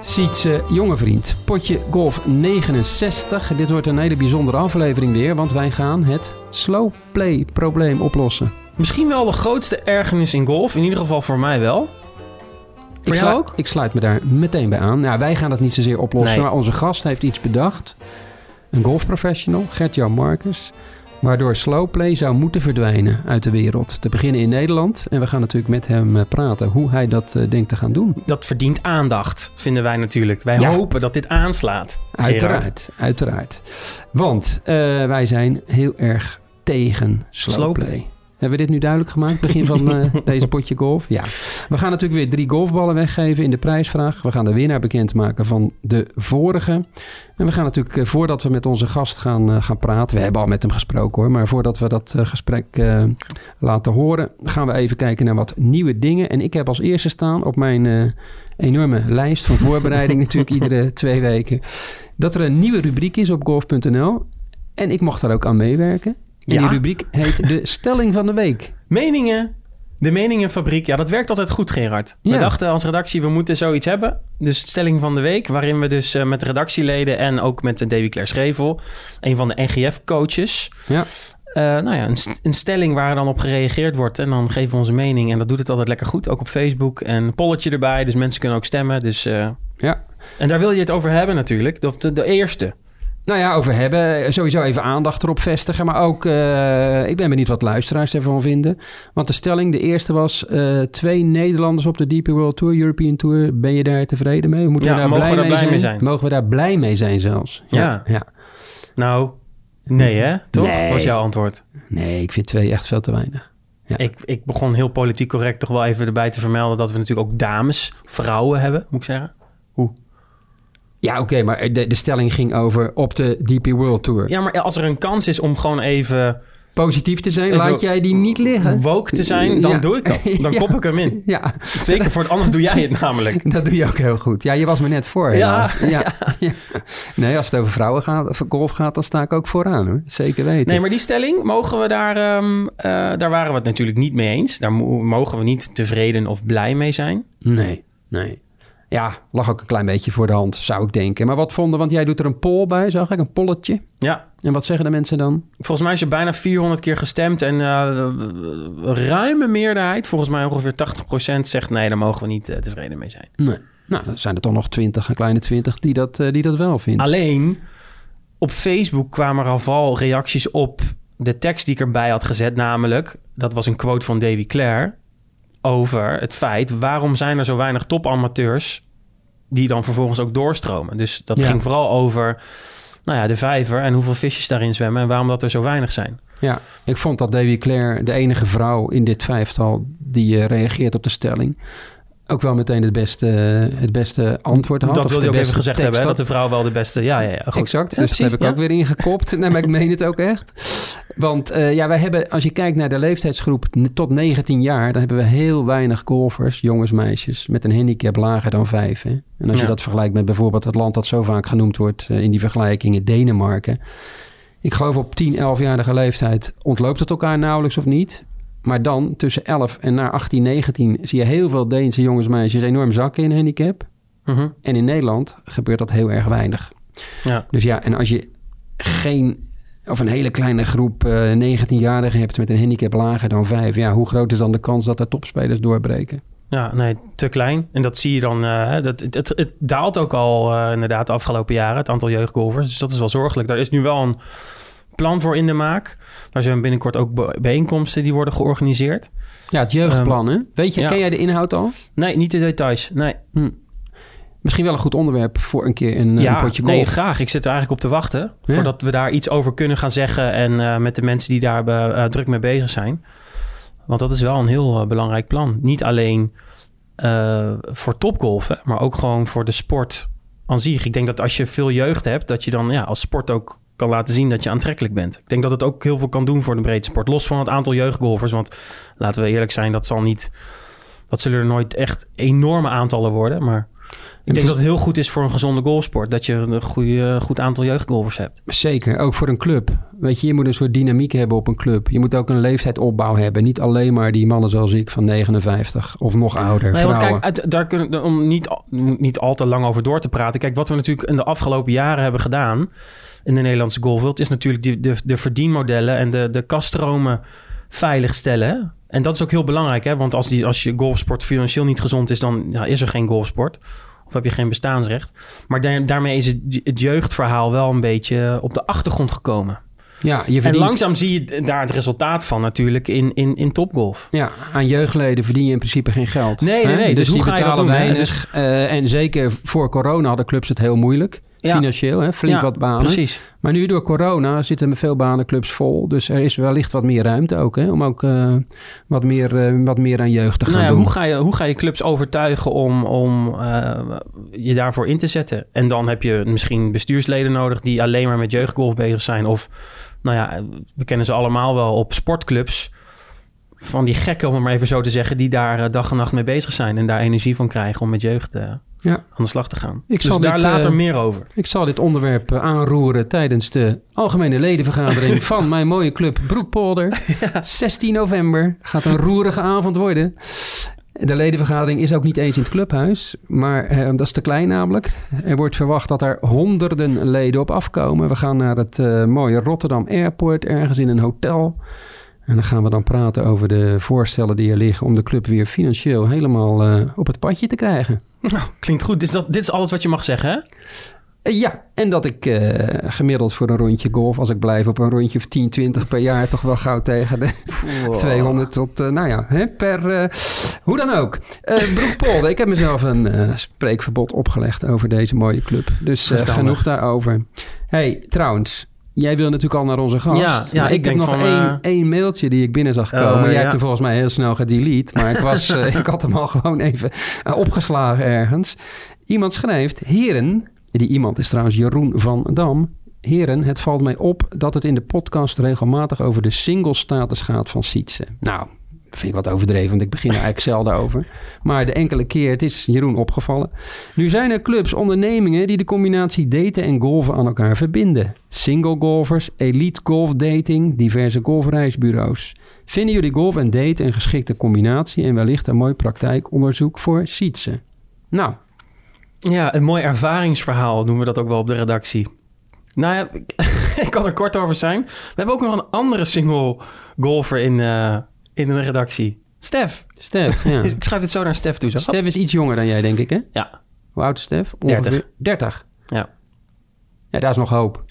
Sietse, jonge vriend, potje golf 69. Dit wordt een hele bijzondere aflevering weer, want wij gaan het slow play probleem oplossen. Misschien wel de grootste ergernis in golf, in ieder geval voor mij wel. Voor jou ook? Ik sluit me daar meteen bij aan. Nou, wij gaan dat niet zozeer oplossen, maar onze gast heeft iets bedacht. Een golfprofessional, Gert-Jan Marcus, waardoor slowplay zou moeten verdwijnen uit de wereld. Te beginnen in Nederland. En we gaan natuurlijk met hem praten hoe hij dat denkt te gaan doen. Dat verdient aandacht, vinden wij natuurlijk. Wij hopen dat dit aanslaat. Uiteraard. Want wij zijn heel erg tegen slowplay. Hebben we dit nu duidelijk gemaakt? Begin van deze potje golf? Ja. We gaan natuurlijk weer 3 golfballen weggeven in de prijsvraag. We gaan de winnaar bekendmaken van de vorige. En we gaan natuurlijk, voordat we met onze gast gaan praten... We hebben al met hem gesproken hoor. Maar voordat we dat gesprek laten horen... gaan we even kijken naar wat nieuwe dingen. En ik heb als eerste staan op mijn enorme lijst van voorbereiding... natuurlijk iedere 2 weken... dat er een nieuwe rubriek is op golf.nl. En ik mocht daar ook aan meewerken. En die rubriek heet de stelling van de week. Meningen. De meningenfabriek. Ja, dat werkt altijd goed, Gerard. We dachten als redactie, we moeten zoiets hebben. Dus stelling van de week, waarin we dus met de redactieleden... en ook met Davy Claire Schrevel, een van de NGF-coaches... een stelling waar dan op gereageerd wordt. En dan geven we onze mening. En dat doet het altijd lekker goed. Ook op Facebook. En een polletje erbij. Dus mensen kunnen ook stemmen. Dus, En daar wil je het over hebben natuurlijk. De eerste... Nou ja, over hebben. Sowieso even aandacht erop vestigen. Maar ook, ik ben benieuwd wat luisteraars ervan vinden. Want de stelling, de eerste was... 2 Nederlanders op de DP World Tour, European Tour. Ben je daar tevreden mee? Mogen we daar blij mee zijn? Mogen we daar blij mee zijn zelfs? Ja. Nou, nee hè? Toch? Nee. Was jouw antwoord? Nee, ik vind 2 echt veel te weinig. Ja. Ik begon heel politiek correct toch wel even erbij te vermelden... dat we natuurlijk ook dames, vrouwen hebben, moet ik zeggen. Hoe? Ja, oké, maar de stelling ging over op de DP World Tour. Ja, maar als er een kans is om gewoon even... positief te zijn, laat jij die niet liggen. Woke te zijn, dan doe ik dat. Dan kop ik hem in. Ja. Zeker voor het, anders doe jij het namelijk. Dat doe je ook heel goed. Ja, je was me net voor. Ja. Nee, als het over vrouwen gaat, of golf gaat, dan sta ik ook vooraan hoor. Zeker weten. Nee, maar die stelling, mogen we daar waren we het natuurlijk niet mee eens. Daar mogen we niet tevreden of blij mee zijn. Nee. Ja, lag ook een klein beetje voor de hand, zou ik denken. Maar wat vonden, want jij doet er een poll bij, zag ik, een polletje. Ja. En wat zeggen de mensen dan? Volgens mij is er bijna 400 keer gestemd en ruime meerderheid, volgens mij ongeveer 80% zegt nee, daar mogen we niet tevreden mee zijn. Nee. Nou, dan zijn er toch nog 20, een kleine 20 die dat wel vinden. Alleen, op Facebook kwamen er al vooral reacties op de tekst die ik erbij had gezet, namelijk, dat was een quote van Davy Claire... over het feit, waarom zijn er zo weinig topamateurs die dan vervolgens ook doorstromen. Dus dat ging vooral over de vijver en hoeveel visjes daarin zwemmen en waarom dat er zo weinig zijn. Ja, ik vond dat Davy Claire de enige vrouw in dit 5-tal die reageert op de stelling... ook wel meteen het beste antwoord had. Dat wilde je ook even gezegd hebben, dat de vrouw wel de beste... Ja, goed. Exact, dus dat heb ik ook weer ingekopt. Nee, maar ik meen het ook echt. Want wij hebben, als je kijkt naar de leeftijdsgroep tot 19 jaar... dan hebben we heel weinig golfers, jongens, meisjes... met een handicap lager dan 5. Hè? En als je dat vergelijkt met bijvoorbeeld het land dat zo vaak genoemd wordt... in die vergelijkingen, Denemarken. Ik geloof op 10, 11-jarige leeftijd ontloopt het elkaar nauwelijks of niet... Maar dan tussen 11 en naar 18, 19 zie je heel veel Deense jongens en meisjes enorm zakken in handicap. Uh-huh. En in Nederland gebeurt dat heel erg weinig. Ja. Dus en als je een hele kleine groep 19-jarigen hebt met een handicap lager dan 5, hoe groot is dan de kans dat er topspelers doorbreken? Ja, nee, te klein. En dat zie je dan, het daalt ook al inderdaad de afgelopen jaren, het aantal jeugdgolfers. Dus dat is wel zorgelijk. Daar is nu wel een plan voor in de maak. Daar zijn binnenkort ook bijeenkomsten die worden georganiseerd. Ja, het jeugdplan, hè? Weet je, ken jij de inhoud al? Nee, niet de details, nee. Misschien wel een goed onderwerp voor een keer een potje golf. Nee, graag. Ik zit er eigenlijk op te wachten. Ja. Voordat we daar iets over kunnen gaan zeggen. En met de mensen die daar druk mee bezig zijn. Want dat is wel een heel belangrijk plan. Niet alleen voor topgolfen, maar ook gewoon voor de sport aan zich. Ik denk dat als je veel jeugd hebt, dat je dan als sport ook kan laten zien dat je aantrekkelijk bent. Ik denk dat het ook heel veel kan doen voor de breedte sport. Los van het aantal jeugdgolfers. Want laten we eerlijk zijn, dat zullen er nooit echt enorme aantallen worden. Maar Ik denk dat het heel goed is voor een gezonde golfsport. Dat je een goed aantal jeugdgolfers hebt. Zeker, ook voor een club. Weet je moet een soort dynamiek hebben op een club. Je moet ook een leeftijdsopbouw hebben. Niet alleen maar die mannen zoals ik van 59 of nog ouder. Nee, want kijk, daar kunnen om niet al te lang over door te praten. Kijk, wat we natuurlijk in de afgelopen jaren hebben gedaan in de Nederlandse golfwereld is natuurlijk de verdienmodellen en de kaststromen veiligstellen. En dat is ook heel belangrijk, hè? Want als je golfsport financieel niet gezond is, dan is er geen golfsport. Of heb je geen bestaansrecht. Maar daarmee is het jeugdverhaal wel een beetje op de achtergrond gekomen. Ja, en langzaam zie je daar het resultaat van natuurlijk in topgolf. Ja, aan jeugdleden verdien je in principe geen geld. Nee. Dus hoe ga je dat doen? Weinig. En zeker voor corona hadden clubs het heel moeilijk. Ja. Financieel, flink wat banen. Precies. Maar nu door corona zitten veel banenclubs vol. Dus er is wellicht wat meer ruimte ook. Om ook wat meer aan jeugd te gaan doen. Hoe ga je clubs overtuigen om je daarvoor in te zetten? En dan heb je misschien bestuursleden nodig die alleen maar met jeugdgolf bezig zijn. Of, we kennen ze allemaal wel op sportclubs. Van die gekken, om het maar even zo te zeggen, die daar dag en nacht mee bezig zijn. En daar energie van krijgen om met jeugd aan de slag te gaan. Dus daar later meer over. Ik zal dit onderwerp aanroeren tijdens de algemene ledenvergadering van mijn mooie club Broekpolder. 16 november gaat een roerige avond worden. De ledenvergadering is ook niet eens in het clubhuis, maar dat is te klein namelijk. Er wordt verwacht dat er honderden leden op afkomen. We gaan naar het mooie Rotterdam Airport, ergens in een hotel. En dan gaan we dan praten over de voorstellen die er liggen om de club weer financieel helemaal op het padje te krijgen. Nou, klinkt goed. dit is alles wat je mag zeggen, hè? Ja, en dat ik gemiddeld voor een rondje golf, als ik blijf op een rondje of 10, 20 per jaar, toch wel gauw tegen de 200 tot, per... hoe dan ook. Broekpolder, ik heb mezelf een spreekverbod opgelegd over deze mooie club. Dus genoeg daarover. Hey, trouwens... Jij wil natuurlijk al naar onze gast. Ja, ik heb nog één mailtje die ik binnen zag komen. Jij hebt hem volgens mij heel snel gedelete. Maar ik had hem al gewoon even opgeslagen ergens. Iemand schrijft... Heren, die iemand is trouwens Jeroen van Dam. Heren, het valt mij op dat het in de podcast regelmatig over de single-status gaat van Sietze. Nou, dat vind ik wat overdreven, want ik begin er eigenlijk zelden over. Maar de enkele keer, het is Jeroen opgevallen. Nu zijn er clubs, ondernemingen die de combinatie daten en golven aan elkaar verbinden. Single golfers, elite golf dating, diverse golfreisbureaus. Vinden jullie golf en daten een geschikte combinatie en wellicht een mooi praktijkonderzoek voor Sietze? Nou. Ja, een mooi ervaringsverhaal noemen we dat ook wel op de redactie. Nou ja, ik kan er kort over zijn. We hebben ook nog een andere single golfer in de redactie. Stef, ja. Ik schrijf het zo naar Stef toe. Zo. Stef is iets jonger dan jij, denk ik, hè? Ja. Hoe oud is Stef? 30. Ja. Ja, daar is nog hoop.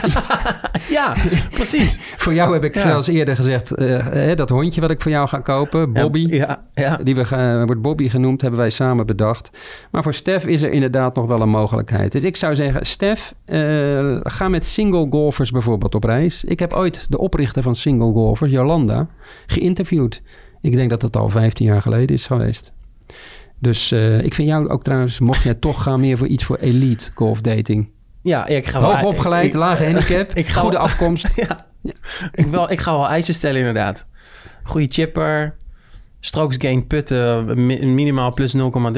Ja, precies. Voor jou heb ik zelfs eerder gezegd... dat hondje wat ik voor jou ga kopen, Bobby... Ja. Die wordt Bobby genoemd, hebben wij samen bedacht. Maar voor Stef is er inderdaad nog wel een mogelijkheid. Dus ik zou zeggen, Stef, ga met single golfers bijvoorbeeld op reis. Ik heb ooit de oprichter van single golfers, Jolanda, geïnterviewd. Ik denk dat het al 15 jaar geleden is geweest. Dus ik vind jou ook trouwens, mocht jij toch gaan meer voor iets voor elite golfdating... Ja, ik ga hoog opgeleid, lage handicap, goede afkomst. Ja. Ik ga wel eisen stellen inderdaad. Goede chipper, strokes gain putten minimaal plus 0,3.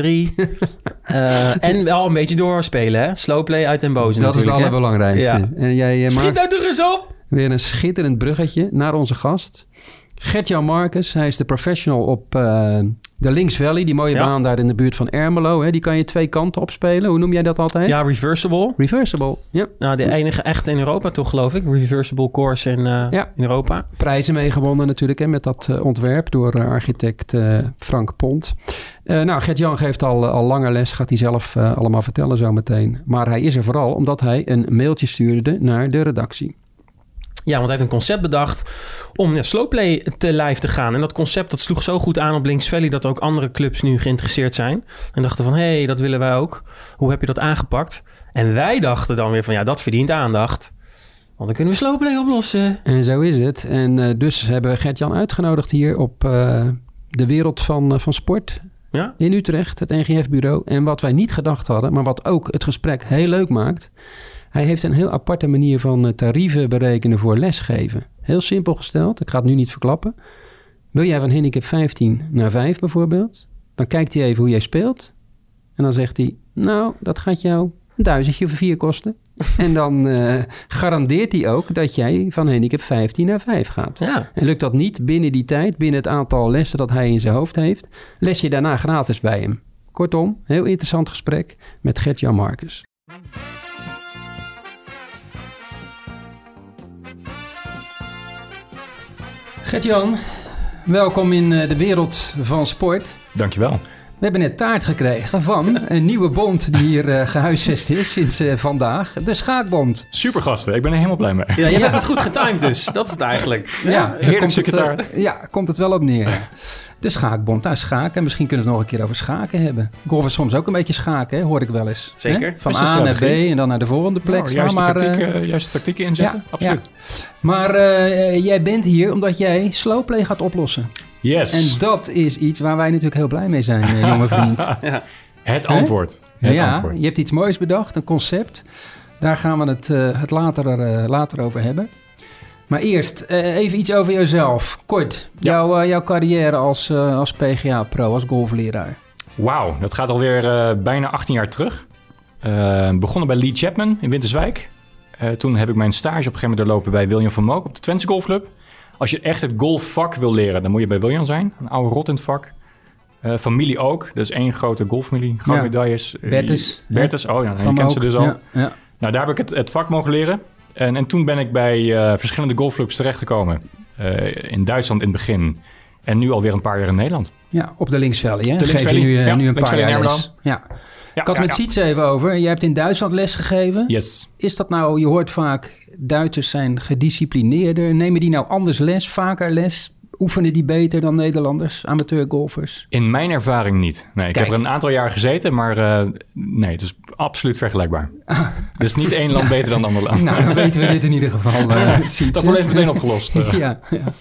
En wel een beetje doorspelen, hè? Slowplay uit den boze. Dat is het allerbelangrijkste. Ja. En jij schiet nou toch eens op! Weer een schitterend bruggetje naar onze gast. Gert-Jan Marcus, hij is de professional op de Links Valley, die mooie baan daar in de buurt van Ermelo. Hè? Die kan je twee kanten opspelen. Hoe noem jij dat altijd? Ja, reversible. Reversible, ja. Nou, de enige echt in Europa toch, geloof ik. Reversible course in Europa. Prijzen meegewonnen natuurlijk, hè, met dat ontwerp door architect Frank Pont. Gert-Jan geeft al langer les, gaat hij zelf allemaal vertellen zo meteen. Maar hij is er vooral omdat hij een mailtje stuurde naar de redactie. Ja, want hij heeft een concept bedacht om slowplay te lijf te gaan. En dat concept dat sloeg zo goed aan op Links Valley dat ook andere clubs nu geïnteresseerd zijn. En dachten van, hé, dat willen wij ook. Hoe heb je dat aangepakt? En wij dachten dan weer van, ja, dat verdient aandacht. Want dan kunnen we slowplay oplossen. En zo is het. En dus hebben we Gert-Jan uitgenodigd hier op de wereld van sport. Ja? In Utrecht, het NGF-bureau. En wat wij niet gedacht hadden, maar wat ook het gesprek heel leuk maakt... Hij heeft een heel aparte manier van tarieven berekenen voor lesgeven. Heel simpel gesteld, ik ga het nu niet verklappen. Wil jij van handicap 15 naar 5 bijvoorbeeld? Dan kijkt hij even hoe jij speelt. En dan zegt hij, nou, dat gaat jou $1.000 voor 4 kosten. En dan garandeert hij ook dat jij van handicap 15 naar 5 gaat. Ja. En lukt dat niet binnen die tijd, binnen het aantal lessen dat hij in zijn hoofd heeft, les je daarna gratis bij hem. Kortom, heel interessant gesprek met Gert-Jan Marcus. Gert-Jan, welkom in de wereld van sport. Dankjewel. We hebben net taart gekregen van een nieuwe bond die hier gehuisvest is sinds vandaag. De Schaakbond. Super gasten, ik ben er helemaal blij mee. Ja, je hebt het goed getimed dus. Dat is het eigenlijk. Ja, heerlijk stukje taart. Komt het wel op neer. Ja. De Schaakbond, nou schaken. Misschien kunnen we het nog een keer over schaken hebben. Golf is soms ook een beetje schaken, hè? Hoor ik wel eens. Zeker. Hè? Van A naar B en dan naar de volgende plek. Juiste tactieken inzetten, absoluut. Ja. Maar jij bent hier omdat jij slowplay gaat oplossen. Yes. En dat is iets waar wij natuurlijk heel blij mee zijn, jonge vriend. Ja. Het antwoord. Antwoord. Je hebt iets moois bedacht, een concept. Daar gaan we het later over hebben. Maar eerst even iets over jezelf. Kort, jouw carrière als PGA-pro, als golfleraar. Wauw, dat gaat alweer bijna 18 jaar terug. Begonnen bij Lee Chapman in Winterswijk. Toen heb ik mijn stage op een gegeven moment doorlopen bij William van Mook op de Twentse Golfclub. Als je echt het golfvak wil leren, dan moet je bij William zijn. Een oude rot in het vak. Familie ook. Dat is één grote golffamilie. Gouden medailles. Bertus, oh ja, je kent ze dus al. Ja. Nou, daar heb ik het vak mogen leren. En toen ben ik bij verschillende golfclubs terechtgekomen. In Duitsland in het begin. En nu alweer een paar jaar in Nederland. Ja, op de Links Valley, hè? De Links Geef Valley, je nu een paar jaar les. Ja. Ik had met Siets even over. Jij hebt in Duitsland les gegeven. Yes. Is dat nou, je hoort vaak, Duitsers zijn gedisciplineerder. Nemen die nou anders les, vaker les? Oefenen die beter dan Nederlanders, amateurgolfers? In mijn ervaring niet. Nee, ik heb er een aantal jaar gezeten, maar nee, het is absoluut vergelijkbaar. Dus niet één land beter dan het andere land. Nou, dan weten we dit in ieder geval. Dat probleem is meteen opgelost. Ja.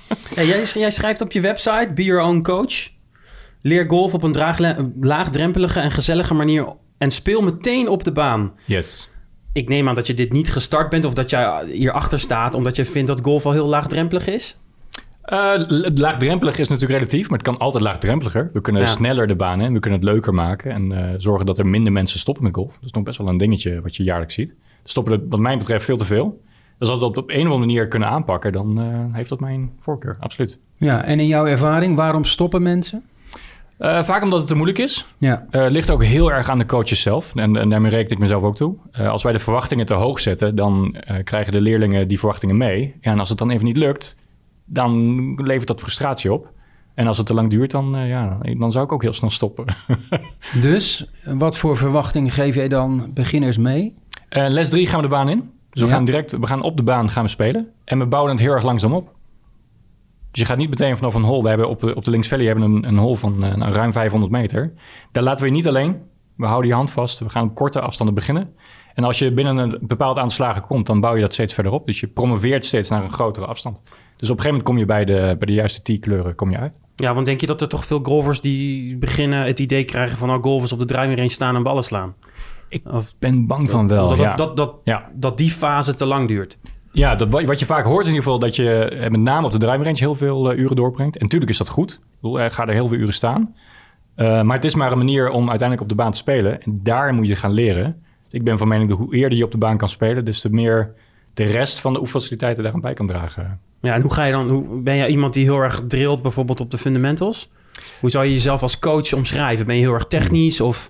Jij schrijft op je website, Be Your Own Coach. Leer golf op een laagdrempelige en gezellige manier en speel meteen op de baan. Yes. Ik neem aan dat je dit niet gestart bent of dat jij hierachter staat omdat je vindt dat golf al heel laagdrempelig is? Laagdrempelig is natuurlijk relatief, maar het kan altijd laagdrempeliger. We kunnen sneller de baan in, we kunnen het leuker maken en zorgen dat er minder mensen stoppen met golf. Dat is nog best wel een dingetje wat je jaarlijks ziet. Er stoppen er wat mij betreft veel te veel. Dus als we dat op een of andere manier kunnen aanpakken, dan heeft dat mijn voorkeur, absoluut. Ja, en in jouw ervaring, waarom stoppen mensen? Vaak omdat het te moeilijk is. Ja. Ligt ook heel erg aan de coaches zelf. En daarmee reken ik mezelf ook toe. Als wij de verwachtingen te hoog zetten, dan krijgen de leerlingen die verwachtingen mee. Ja, en als het dan even niet lukt, dan levert dat frustratie op. En als het te lang duurt, dan zou ik ook heel snel stoppen. Dus, wat voor verwachting geef jij dan beginners mee? Les 3 gaan we de baan in. Dus we gaan op de baan gaan we spelen. En we bouwen het heel erg langzaam op. Dus je gaat niet meteen vanaf een hole. We hebben op de Links Valley hebben een hole van ruim 500 meter. Daar laten we je niet alleen. We houden je hand vast. We gaan op korte afstanden beginnen. En als je binnen een bepaald aantal slagen komt, dan bouw je dat steeds verder op. Dus je promoveert steeds naar een grotere afstand. Dus op een gegeven moment kom je bij de juiste tee-kleuren kom je uit. Ja, want denk je dat er toch veel golfers die beginnen het idee krijgen van golfers op de driving range staan en ballen slaan? Ik ben bang van wel, dat die fase te lang duurt. Ja, wat je vaak hoort is in ieder geval dat je met name op de driving range heel veel uren doorbrengt. En natuurlijk is dat goed. Ik bedoel, ga er heel veel uren staan. Maar het is maar een manier om uiteindelijk op de baan te spelen. En daar moet je gaan leren. Dus ik ben van mening dat hoe eerder je op de baan kan spelen, des te meer de rest van de oefenfaciliteiten daaraan bij kan dragen. Ja, en hoe ga je dan? Ben jij iemand die heel erg drilt bijvoorbeeld op de fundamentals? Hoe zou je jezelf als coach omschrijven? Ben je heel erg technisch of?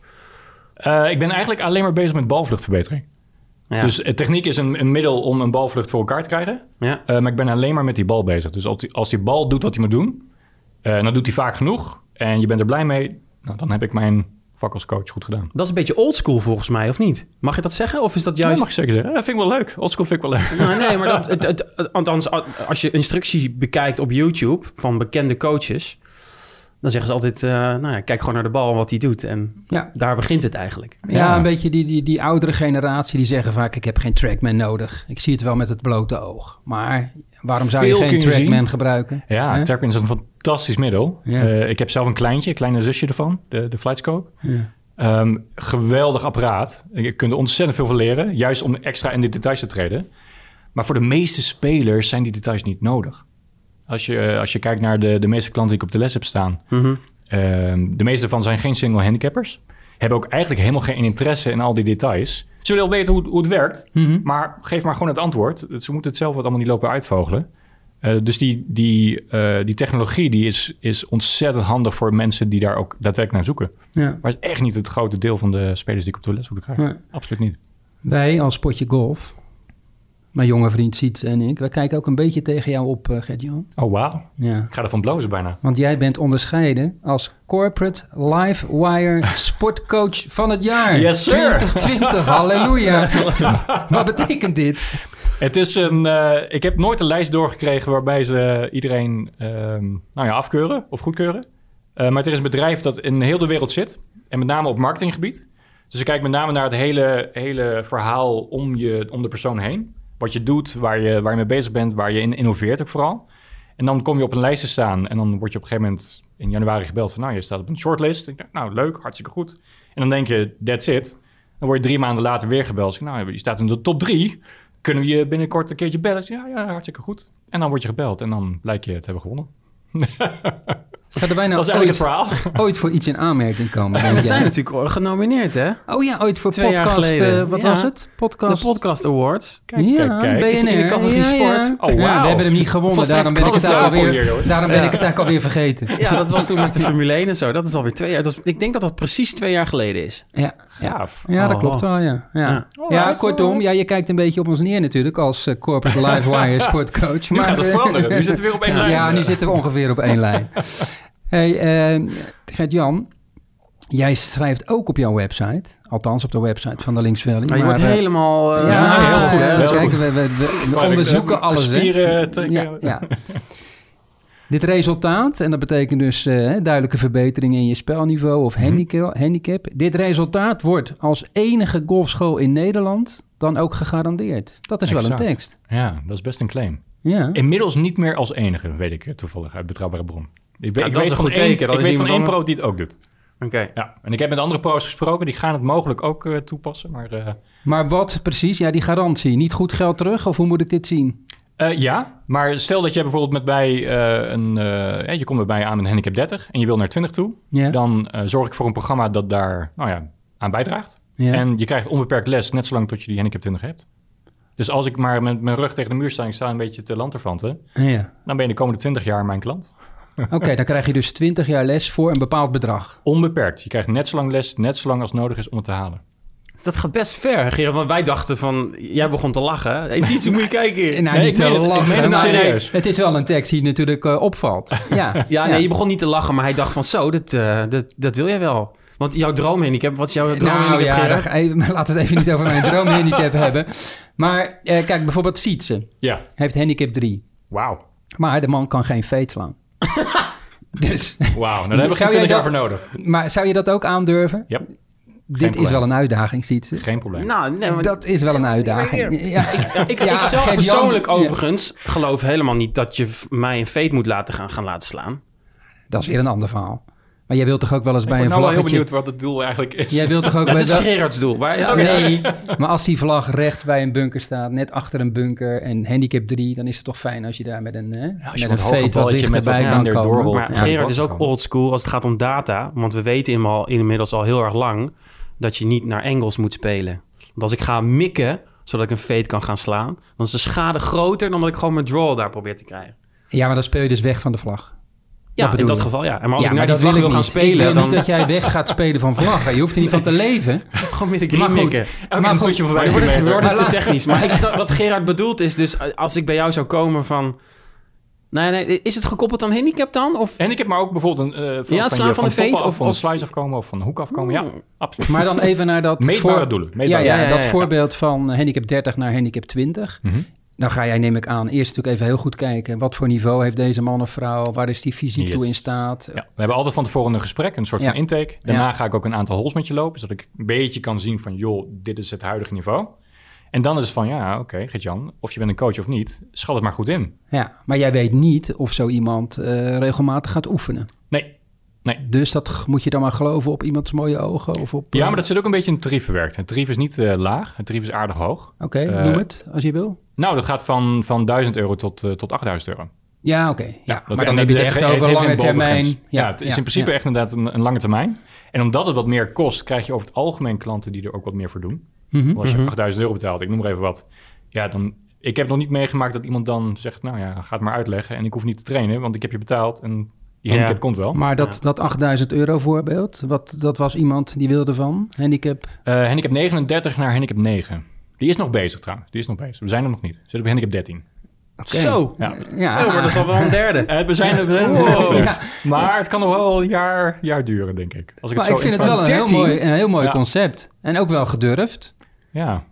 Ik ben eigenlijk alleen maar bezig met balvluchtverbetering. Ja. Dus techniek is een middel om een balvlucht voor elkaar te krijgen. Ja. Maar ik ben alleen maar met die bal bezig. Dus als die bal doet wat hij moet doen, dan doet hij vaak genoeg en je bent er blij mee, nou, dan heb ik mijn vak als coach goed gedaan. Dat is een beetje oldschool volgens mij, of niet? Mag je dat zeggen? Of is dat juist... Ja, mag je zeker zeggen. Dat vind ik wel leuk. Oldschool vind ik wel leuk. Nou, nee, maar althans, als je instructie bekijkt op YouTube van bekende coaches, dan zeggen ze altijd, kijk gewoon naar de bal en wat hij doet. En daar begint het eigenlijk. Ja, een beetje die oudere generatie die zeggen vaak, ik heb geen trackman nodig. Ik zie het wel met het blote oog. Maar waarom zou je geen trackman gebruiken? Ja, trackman is een fantastisch middel. Ja. Ik heb zelf een kleine zusje ervan, de Flightscope. Ja. Geweldig apparaat. Je kunt er ontzettend veel van leren, juist om extra in de details te treden. Maar voor de meeste spelers zijn die details niet nodig. Als je kijkt naar de meeste klanten die ik op de les heb staan, de meeste van zijn geen single handicappers. hebben ook eigenlijk helemaal geen interesse in al die details. Ze willen wel weten hoe het werkt, maar geef maar gewoon het antwoord. Ze moeten het zelf wat allemaal niet lopen uitvogelen. Dus die technologie die is ontzettend handig voor mensen die daar ook daadwerkelijk naar zoeken. Ja. Maar het is echt niet het grote deel van de spelers die ik op de leshoek krijg. Ja. Absoluut niet. Wij als Potje Golf, mijn jonge vriend Siets en ik, wij kijken ook een beetje tegen jou op, Gert-Jan. Oh, wauw. Ja. Ik ga ervan blozen bijna. Want jij bent onderscheiden als Corporate Livewire Sportcoach van het jaar. Yes, sir. 2020, halleluja. Wat betekent dit? Het is ik heb nooit een lijst doorgekregen waarbij ze iedereen afkeuren of goedkeuren. Maar er is een bedrijf dat in heel de wereld zit. En met name op marketinggebied. Dus ik kijk met name naar het hele verhaal om de persoon heen. Wat je doet, waar je mee bezig bent, waar je in innoveert ook vooral. En dan kom je op een lijst te staan. En dan word je op een gegeven moment in januari gebeld van... je staat op een shortlist. Ik denk, leuk, hartstikke goed. En dan denk je, that's it. Dan word je 3 maanden later weer gebeld. Je staat in de top 3. Kunnen we je binnenkort een keertje bellen? Ja, hartstikke goed. En dan word je gebeld en dan blijkt je te hebben gewonnen. Gaat er dat is eigenlijk het verhaal. Ooit voor iets in aanmerking komen. En we zijn natuurlijk genomineerd, hè? Oh ja, ooit voor 2 podcast. Wat was het? De Podcast Awards. Kijk. BNR. In de categorie sport. Oh, wow. Ja, we hebben hem niet gewonnen. Daarom ben ik het eigenlijk alweer vergeten. Ja, dat was toen met de Formule 1 en zo. Dat is alweer 2 jaar. Ik denk dat dat precies 2 jaar geleden is. Ja, dat klopt wel, ja. Kortom, je kijkt een beetje op ons neer natuurlijk als Corporate Livewire Sportcoach. Nu gaat het veranderen. Nu zitten we weer op 1 lijn. Ja, nu zitten we ongeveer op 1 lijn. Hey, Gert-Jan, jij schrijft ook op jouw website, althans op de website van de Links Valley. Maar je wordt helemaal... heel goed. We onderzoeken alles. Spieren Dit resultaat, en dat betekent dus duidelijke verbeteringen in je spelniveau of handicap. Dit resultaat wordt als enige golfschool in Nederland dan ook gegarandeerd. Dat is wel een tekst. Ja, dat is best een claim. Ja. Inmiddels niet meer als enige, weet ik toevallig uit betrouwbare bron. Ik weet van één pro die het ook doet. Oké. Ja, en ik heb met andere pro's gesproken, die gaan het mogelijk ook toepassen. Maar wat precies? Ja, die garantie. Niet goed geld terug, of hoe moet ik dit zien? Ja, maar stel dat jij bijvoorbeeld met mij je komt bij mij aan met een handicap 30 en je wil naar 20 toe. Yeah. Dan zorg ik voor een programma dat daar aan bijdraagt. Yeah. En je krijgt onbeperkt les, net zolang tot je die handicap 20 hebt. Dus als ik maar met mijn rug tegen de muur sta en ik sta een beetje te lanterfanten, dan ben je de komende 20 jaar mijn klant. Oké, dan krijg je dus 20 jaar les voor een bepaald bedrag. Onbeperkt. Je krijgt net zo lang les, net zo lang als nodig is om het te halen. Dat gaat best ver, Gerard. Want wij dachten van... Jij begon te lachen. Hey, ziet, moet je kijken. Nee, niet te lachen. Serieus. Het is wel een tekst die natuurlijk opvalt. Nee, je begon niet te lachen. Maar hij dacht van zo, dat wil jij wel. Want jouw droomhandicap, wat is jouw droomhandicap? Laten we het even niet over mijn droomhandicap hebben. Maar kijk, bijvoorbeeld Sietse. Ja. Heeft handicap 3. Wauw. Maar de man kan geen fade slaan. Dus... Wauw, dan hebben we geen 20 jaar voor nodig. Maar zou je dat ook aandurven? Ja. Dit is wel een uitdaging, Sietse. Geen probleem. Maar dat is wel een uitdaging. Ik zelf persoonlijk overigens geloof helemaal niet dat je mij een fade moet gaan laten slaan. Dat is weer een ander verhaal. Maar jij wilt toch ook wel eens bij een vlaggetje... Ik ben wel heel benieuwd wat het doel eigenlijk is. Jij wilt toch ook dat is Gerards doel. Nee, maar als die vlag recht bij een bunker staat, net achter een bunker en handicap 3, dan is het toch fijn als je daar met een fade wat dichterbij kan komen. Maar Gerard is ook old school als het gaat om data. Want we weten inmiddels al heel erg lang dat je niet naar angles moet spelen. Want als ik ga mikken, zodat ik een fade kan gaan slaan, dan is de schade groter dan dat ik gewoon mijn draw daar probeer te krijgen. Ja, maar dan speel je dus weg van de vlag. Ja, in dat geval ja. En maar als ik naar die vlag wil gaan spelen... Ik wil niet dat jij weg gaat spelen van vlaggen. Je hoeft er niet van te leven. Gewoon met de green mikken. Maar goed, we worden te technisch. Maar ik snap, wat Gerard bedoelt is dus... Als ik bij jou zou komen van... Nee, is het gekoppeld aan handicap dan? Of? Handicap, maar ook bijvoorbeeld het slaan van de fade of van de slice afkomen of van de hoek afkomen. Ja, absoluut. Maar dan even naar dat... Meetbare doelen. Dat voorbeeld van handicap 30 naar handicap 20... Mm-hmm. Nou ga jij, neem ik aan, eerst natuurlijk even heel goed kijken. Wat voor niveau heeft deze man of vrouw? Waar is die fysiek toe in staat? Ja, we hebben altijd van tevoren een gesprek, een soort van intake. Daarna ga ik ook een aantal holes met je lopen, zodat ik een beetje kan zien van, joh, dit is het huidige niveau. En dan is het van, oké, Gert-Jan, of je bent een coach of niet, schat het maar goed in. Ja, maar jij weet niet of zo iemand regelmatig gaat oefenen. Nee. Dus dat moet je dan maar geloven op iemands mooie ogen? Of op, Ja, maar dat zit ook een beetje in het tarief verwerkt. Het tarief is niet laag, het tarief is aardig hoog. Oké, noem het als je wil. Nou, dat gaat van €1.000 tot €8.000. Ja, oké. Ja, maar dan heb je het echt over lange termijn. Ja, het is in principe echt inderdaad een lange termijn. En omdat het wat meer kost, krijg je over het algemeen klanten die er ook wat meer voor doen. Als je €8.000 betaalt, ik noem maar even wat. Ja, dan... Ik heb nog niet meegemaakt dat iemand dan zegt... nou ja, ga het maar uitleggen en ik hoef niet te trainen... want ik heb je betaald en die handicap komt wel. Maar dat €8.000 voorbeeld... dat was iemand die wilde van handicap... handicap 39 naar handicap 9. Die is nog bezig trouwens. We zijn er nog niet. We zitten op handicap 13. Okay. Zo! Ja. Maar dat is al wel een derde. We zijn er ja. Maar het kan nog wel een jaar duren, denk ik. Als ik maar ik vind het wel een heel mooi concept. En ook wel gedurfd. Ja.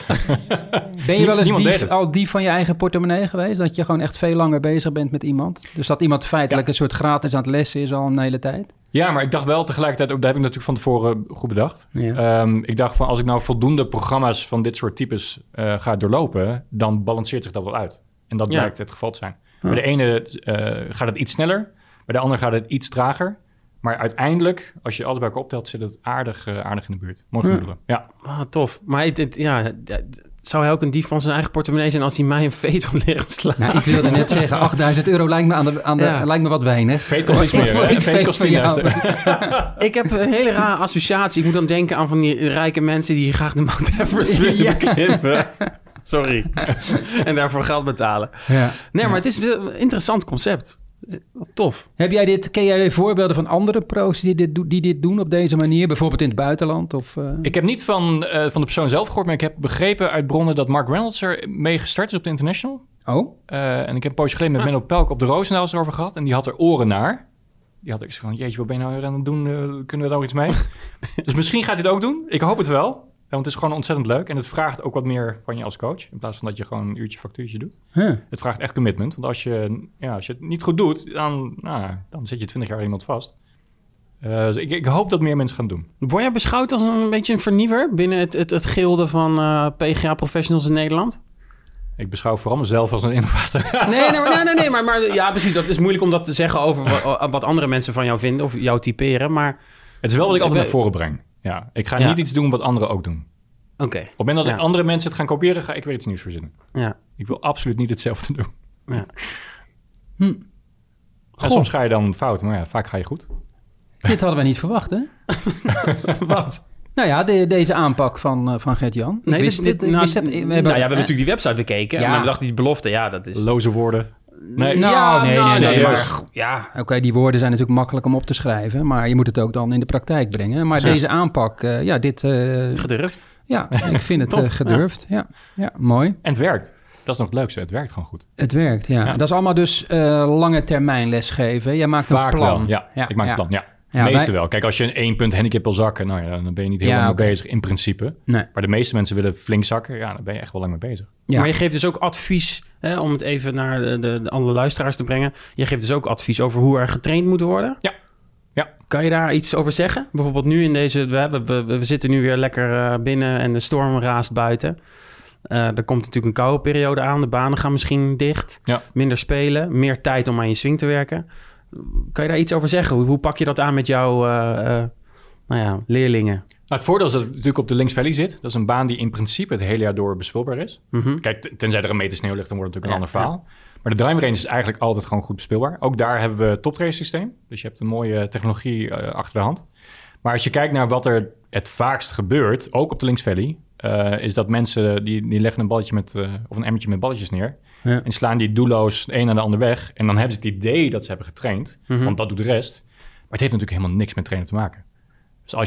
Ben je wel eens dief van je eigen portemonnee geweest? Dat je gewoon echt veel langer bezig bent met iemand? Dus dat iemand feitelijk een soort gratis aan het lessen is al een hele tijd? Ja, maar ik dacht wel tegelijkertijd... ook daar heb ik natuurlijk van tevoren goed bedacht. Ja. Ik dacht van als ik nou voldoende programma's van dit soort types ga doorlopen... dan balanceert zich dat wel uit. En dat blijkt het geval te zijn. Bij de ene gaat het iets sneller. Bij de ander gaat het iets trager. Maar uiteindelijk, als je alles bij elkaar optelt... zit het aardig in de buurt. Mooi genoeg. Ja. Ah, tof. Maar zou hij ook een dief van zijn eigen portemonnee zijn... als hij mij een veet wil leren slaan? Nou, ik wilde net zeggen, €8.000 lijkt me, lijkt me wat weinig. Veet kost iets meer. Veet kost 10.000. Ik heb een hele rare associatie. Ik moet dan denken aan van die rijke mensen... die graag de Mount Everest willen beklimmen. Sorry. En daarvoor geld betalen. Ja. Nee, maar het is een interessant concept. Tof. Ken jij voorbeelden van andere pro's die dit doen op deze manier? Bijvoorbeeld in het buitenland? Of, Ik heb niet van de persoon zelf gehoord... maar ik heb begrepen uit bronnen dat Mark Reynolds er mee gestart is op de International. Oh? En ik heb een poosje geleden met Menno Pelk op de Roosendaal erover gehad... en die had er oren naar. Die had ik zo van, jeetje, wat ben je nou aan het doen? Kunnen we daar ook iets mee? Dus misschien gaat hij het ook doen. Ik hoop het wel. Want het is gewoon ontzettend leuk. En het vraagt ook wat meer van je als coach. In plaats van dat je gewoon een uurtje factuurtje doet. Het vraagt echt commitment. Want als je het niet goed doet, dan zit je 20 jaar iemand vast. Dus ik hoop dat meer mensen gaan doen. Word jij beschouwd als een beetje een vernieuwer binnen het gilde van PGA-professionals in Nederland? Ik beschouw vooral mezelf als een innovator. Nee, maar ja, precies. Dat is moeilijk om dat te zeggen over wat andere mensen van jou vinden of jou typeren. Maar het is wel wat ik altijd naar voren breng. Ja, ik ga niet iets doen wat anderen ook doen. Oké. Op het moment dat andere mensen het gaan kopiëren, ga ik weer iets nieuws verzinnen. Ja. Ik wil absoluut niet hetzelfde doen. Ja. Soms ga je dan fout, maar vaak ga je goed. Dit hadden wij niet verwacht, hè? Wat? Nou ja, deze aanpak van Gert-Jan. Nee, we hebben natuurlijk die website bekeken. Ja. En we dachten die belofte, dat is... Loze woorden. Nee, oké, die woorden zijn natuurlijk makkelijk om op te schrijven, maar je moet het ook dan in de praktijk brengen. Maar deze aanpak, gedurfd. Ja, ik vind het gedurfd. Ja, mooi. En het werkt. Dat is nog het leukste. Het werkt gewoon goed. Het werkt, ja. Dat is allemaal dus lange termijn lesgeven. Jij maakt vaak een plan. Wel. Ja, ik maak een plan, ja. De meeste wel. Kijk, als je 1 punt handicap wil zakken, dan ben je niet heel lang mee bezig in principe. Nee. Maar de meeste mensen willen flink zakken. Ja, dan ben je echt wel lang mee bezig. Ja. Maar je geeft dus ook advies, om het even naar de andere luisteraars te brengen. Je geeft dus ook advies over hoe er getraind moet worden. Ja. Kan je daar iets over zeggen? Bijvoorbeeld nu in deze... We zitten nu weer lekker binnen en de storm raast buiten. Er komt natuurlijk een koude periode aan. De banen gaan misschien dicht. Ja. Minder spelen. Meer tijd om aan je swing te werken. Kan je daar iets over zeggen? Hoe pak je dat aan met jouw leerlingen? Nou, het voordeel is dat het natuurlijk op de Links Valley zit. Dat is een baan die in principe het hele jaar door bespeelbaar is. Mm-hmm. Kijk, tenzij er een meter sneeuw ligt, dan wordt het natuurlijk een ander verhaal. Ja. Maar de driving range is eigenlijk altijd gewoon goed bespeelbaar. Ook daar hebben we toptrace systeem. Dus je hebt een mooie technologie achter de hand. Maar als je kijkt naar wat er het vaakst gebeurt, ook op de Links Valley, is dat mensen die leggen een balletje of een emmertje met balletjes neer. Ja. En slaan die doelloos de een naar de ander weg. En dan hebben ze het idee dat ze hebben getraind. Mm-hmm. Want dat doet de rest. Maar het heeft natuurlijk helemaal niks met trainen te maken. Dus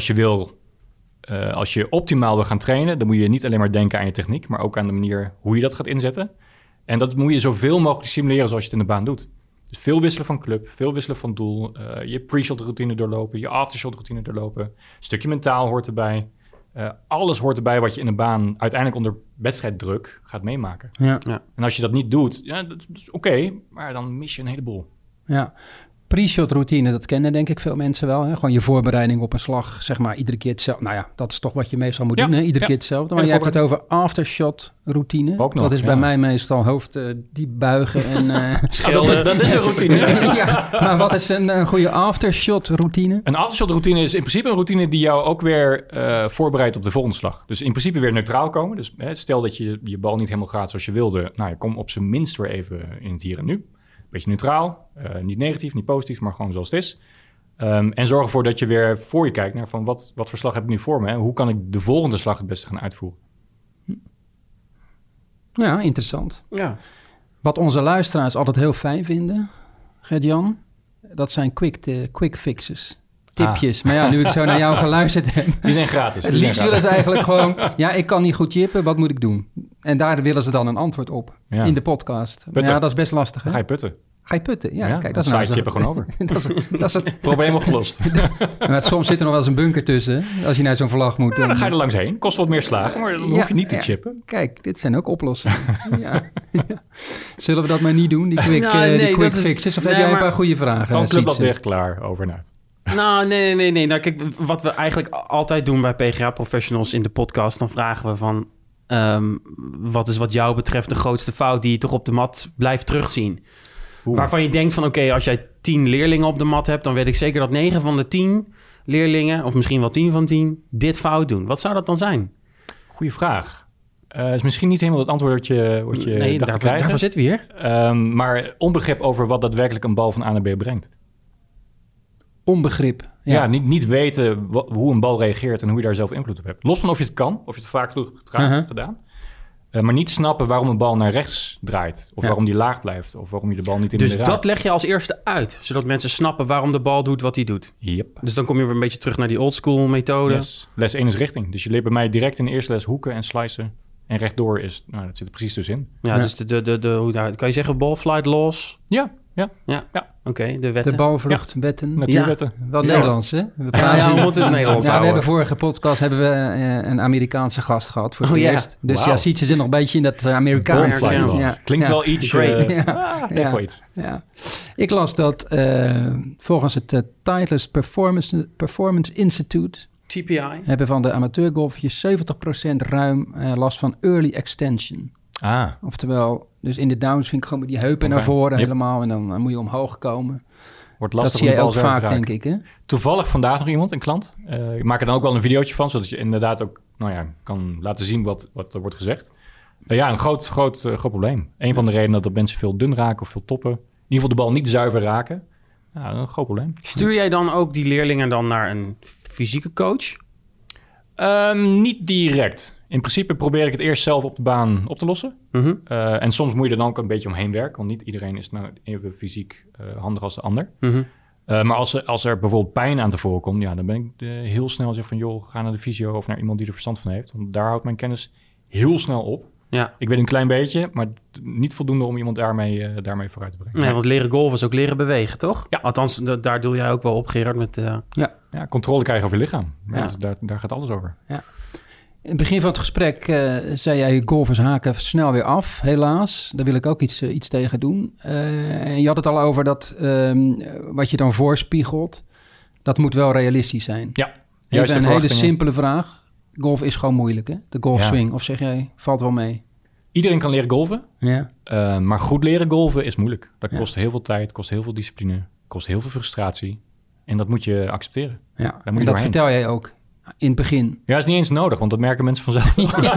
als je optimaal wil gaan trainen, dan moet je niet alleen maar denken aan je techniek, maar ook aan de manier hoe je dat gaat inzetten. En dat moet je zoveel mogelijk simuleren zoals je het in de baan doet. Dus veel wisselen van club, veel wisselen van doel, je pre-shot routine doorlopen, je aftershot routine doorlopen. Een stukje mentaal hoort erbij. Alles hoort erbij wat je in de baan uiteindelijk onder wedstrijddruk gaat meemaken. Ja. En als je dat niet doet, dat is oké, maar dan mis je een heleboel. Ja. Pre-shot routine, dat kennen denk ik veel mensen wel. Hè? Gewoon je voorbereiding op een slag, zeg maar, iedere keer hetzelfde. Nou ja, dat is toch wat je meestal moet doen, hè? Iedere keer hetzelfde. Maar je hebt het over aftershot routine. Ook nog, dat is bij mij meestal hoofd diep buigen en... Schelden. Dat is een routine. Ja, maar wat is een goede aftershot routine? Een aftershot routine is in principe een routine die jou ook weer voorbereidt op de volgende slag. Dus in principe weer neutraal komen. Dus stel dat je bal niet helemaal gaat zoals je wilde. Nou, je komt op zijn minst weer even in het hier en nu. Beetje neutraal, niet negatief, niet positief, maar gewoon zoals het is. En zorg ervoor dat je weer voor je kijkt naar van wat voor slag heb ik nu voor me? En hoe kan ik de volgende slag het beste gaan uitvoeren? Ja, interessant. Ja. Wat onze luisteraars altijd heel fijn vinden, Gert-Jan, dat zijn quick fixes. Tipjes. Maar ja, nu ik zo naar jou geluisterd heb... Die zijn gratis. Het liefst willen ze eigenlijk gewoon... Ja, ik kan niet goed chippen, wat moet ik doen? En daar willen ze dan een antwoord op in de podcast. Putten. Ja, dat is best lastig, hè? Ga je putten. Ga je putten? Ja, kijk, dat is nou chippen gewoon over. dat is het probleem opgelost. Maar soms zit er nog wel eens een bunker tussen. Als je naar zo'n vlag moet. Dan ga je er langs heen. Kost wat meer slagen, maar dan hoef je niet te chippen. Kijk, dit zijn ook oplossingen. Ja. Zullen we dat maar niet doen, die quick fixes? Of heb jij een paar goede vragen? Dan club dat dicht, klaar, over en uit. Nou, nee. Nou, kijk, wat we eigenlijk altijd doen bij PGA-professionals in de podcast... dan vragen we van... wat is wat jou betreft de grootste fout... die je toch op de mat blijft terugzien? Waarvan je denkt van... oké, als jij 10 leerlingen op de mat hebt... dan weet ik zeker dat 9 van de 10 leerlingen... of misschien wel 10 van 10 dit fout doen. Wat zou dat dan zijn? Goeie vraag. Is misschien niet helemaal het antwoord wat je dacht te krijgen. Daarvoor zitten we hier. Maar onbegrip over wat daadwerkelijk een bal van A naar B brengt. Onbegrip. Ja, niet weten hoe een bal reageert en hoe je daar zelf invloed op hebt. Los van of je het kan, of je het vaak hebt gedaan. Maar niet snappen waarom een bal naar rechts draait. Of waarom die laag blijft. Of waarom je de bal niet in de raakt. Dus dat leg je als eerste uit. Zodat mensen snappen waarom de bal doet wat hij doet. Yep. Dus dan kom je weer een beetje terug naar die oldschool methode. Yes. Les 1 is richting. Dus je leert bij mij direct in de eerste les hoeken en slicen. En rechtdoor is, dat zit er precies tussenin. Ja, dus kan je zeggen ball flight laws? Ja. Oké, de wetten. De balvlucht, wetten. Natuurwetten. Wel Nederlands, hè? We moeten het Nederlands we houden. hebben vorige podcast een Amerikaanse gast gehad voor het eerst. Dus ziet ze zit nog een beetje in dat Amerikaans. Klinkt wel iets... wel iets. Ja. Ik las dat volgens het Titleist Performance Institute... TPI. hebben van de amateurgolfers 70% ruim last van early extension. Oftewel, dus in de downswing komen die heupen naar voren helemaal... en dan moet je omhoog komen. Wordt lastig. Dat zie jij ook vaak, denk ik, hè? Toevallig vandaag nog iemand, een klant. Ik maak er dan ook wel een videootje van... zodat je inderdaad ook kan laten zien wat er wordt gezegd. Een groot probleem. Een van de redenen dat mensen veel dun raken of veel toppen... in ieder geval de bal niet zuiver raken... een groot probleem. Stuur jij dan ook die leerlingen dan naar een fysieke coach? Niet direct. In principe probeer ik het eerst zelf op de baan op te lossen. Mm-hmm. En soms moet je er dan ook een beetje omheen werken... want niet iedereen is nou even fysiek handig als de ander. Mm-hmm. Maar als er bijvoorbeeld pijn aan tevoren komt... dan ben ik heel snel zeg van... joh, ga naar de fysio of naar iemand die er verstand van heeft. Want daar houdt mijn kennis heel snel op. Ja. Ik weet een klein beetje, maar niet voldoende om iemand daarmee vooruit te brengen. Nee, want leren golven is ook leren bewegen, toch? Ja. Althans, daar doe jij ook wel op, Gerard. Met, controle krijgen over je lichaam. Ja. Dus daar gaat alles over. Ja. In het begin van het gesprek zei jij... golfers haken snel weer af, helaas. Daar wil ik ook iets tegen doen. En je had het al over dat wat je dan voorspiegelt... dat moet wel realistisch zijn. Ja. Even een hele simpele vraag. Golf is gewoon moeilijk, hè? De golfswing. Of zeg jij, valt wel mee? Iedereen kan leren golven. Ja. Maar goed leren golven is moeilijk. Dat kost heel veel tijd, kost heel veel discipline... kost heel veel frustratie. En dat moet je accepteren. Ja, en dat vertel jij ook in het begin. Ja, is niet eens nodig, want dat merken mensen vanzelf.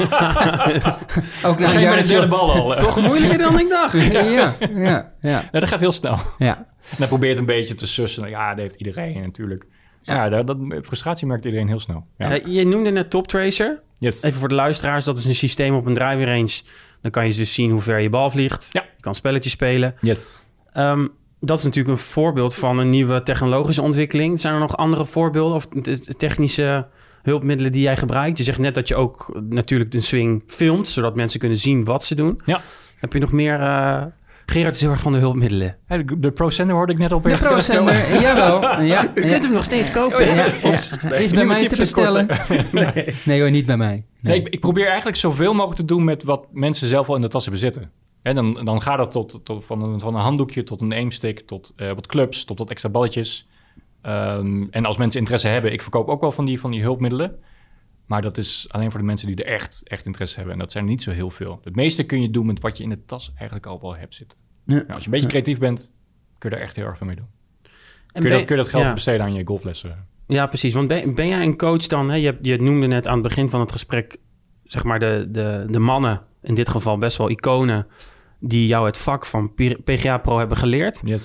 Ook na een derde bal al. Toch moeilijker dan ik dacht. Ja, dat gaat heel snel. Ja. En dan probeert een beetje te sussen. Ja, dat heeft iedereen natuurlijk. Dat frustratie merkt iedereen heel snel. Ja. Je noemde net Top Tracer. Yes. Even voor de luisteraars, dat is een systeem op een driving range. Dan kan je dus zien hoe ver je bal vliegt. Ja. Je kan spelletjes spelen. Yes. Dat is natuurlijk een voorbeeld van een nieuwe technologische ontwikkeling. Zijn er nog andere voorbeelden of technische hulpmiddelen die jij gebruikt? Je zegt net dat je ook natuurlijk de swing filmt, zodat mensen kunnen zien wat ze doen. Ja. Heb je nog meer... Gerard is heel erg van de hulpmiddelen. De ProSender hoorde ik net op. De ProSender, jawel. Ja, U kunt hem nog steeds kopen. Is bij mij te bestellen. Nee hoor, niet bij mij. Nee, ik probeer eigenlijk zoveel mogelijk te doen met wat mensen zelf al in de tas hebben zitten. En dan gaat het tot van een handdoekje tot een aimstick, tot wat clubs, tot wat extra balletjes. En als mensen interesse hebben, ik verkoop ook wel van die hulpmiddelen. Maar dat is alleen voor de mensen die er echt interesse hebben. En dat zijn er niet zo heel veel. Het meeste kun je doen met wat je in de tas eigenlijk al wel hebt zitten. Ja. Nou, als je een beetje creatief bent, kun je daar echt heel erg veel mee doen. En kun je dat geld besteden aan je golflessen? Ja, precies. Want ben jij een coach dan? Hè? Je noemde net aan het begin van het gesprek... zeg maar de mannen, in dit geval best wel iconen... die jou het vak van PGA Pro hebben geleerd. Yes.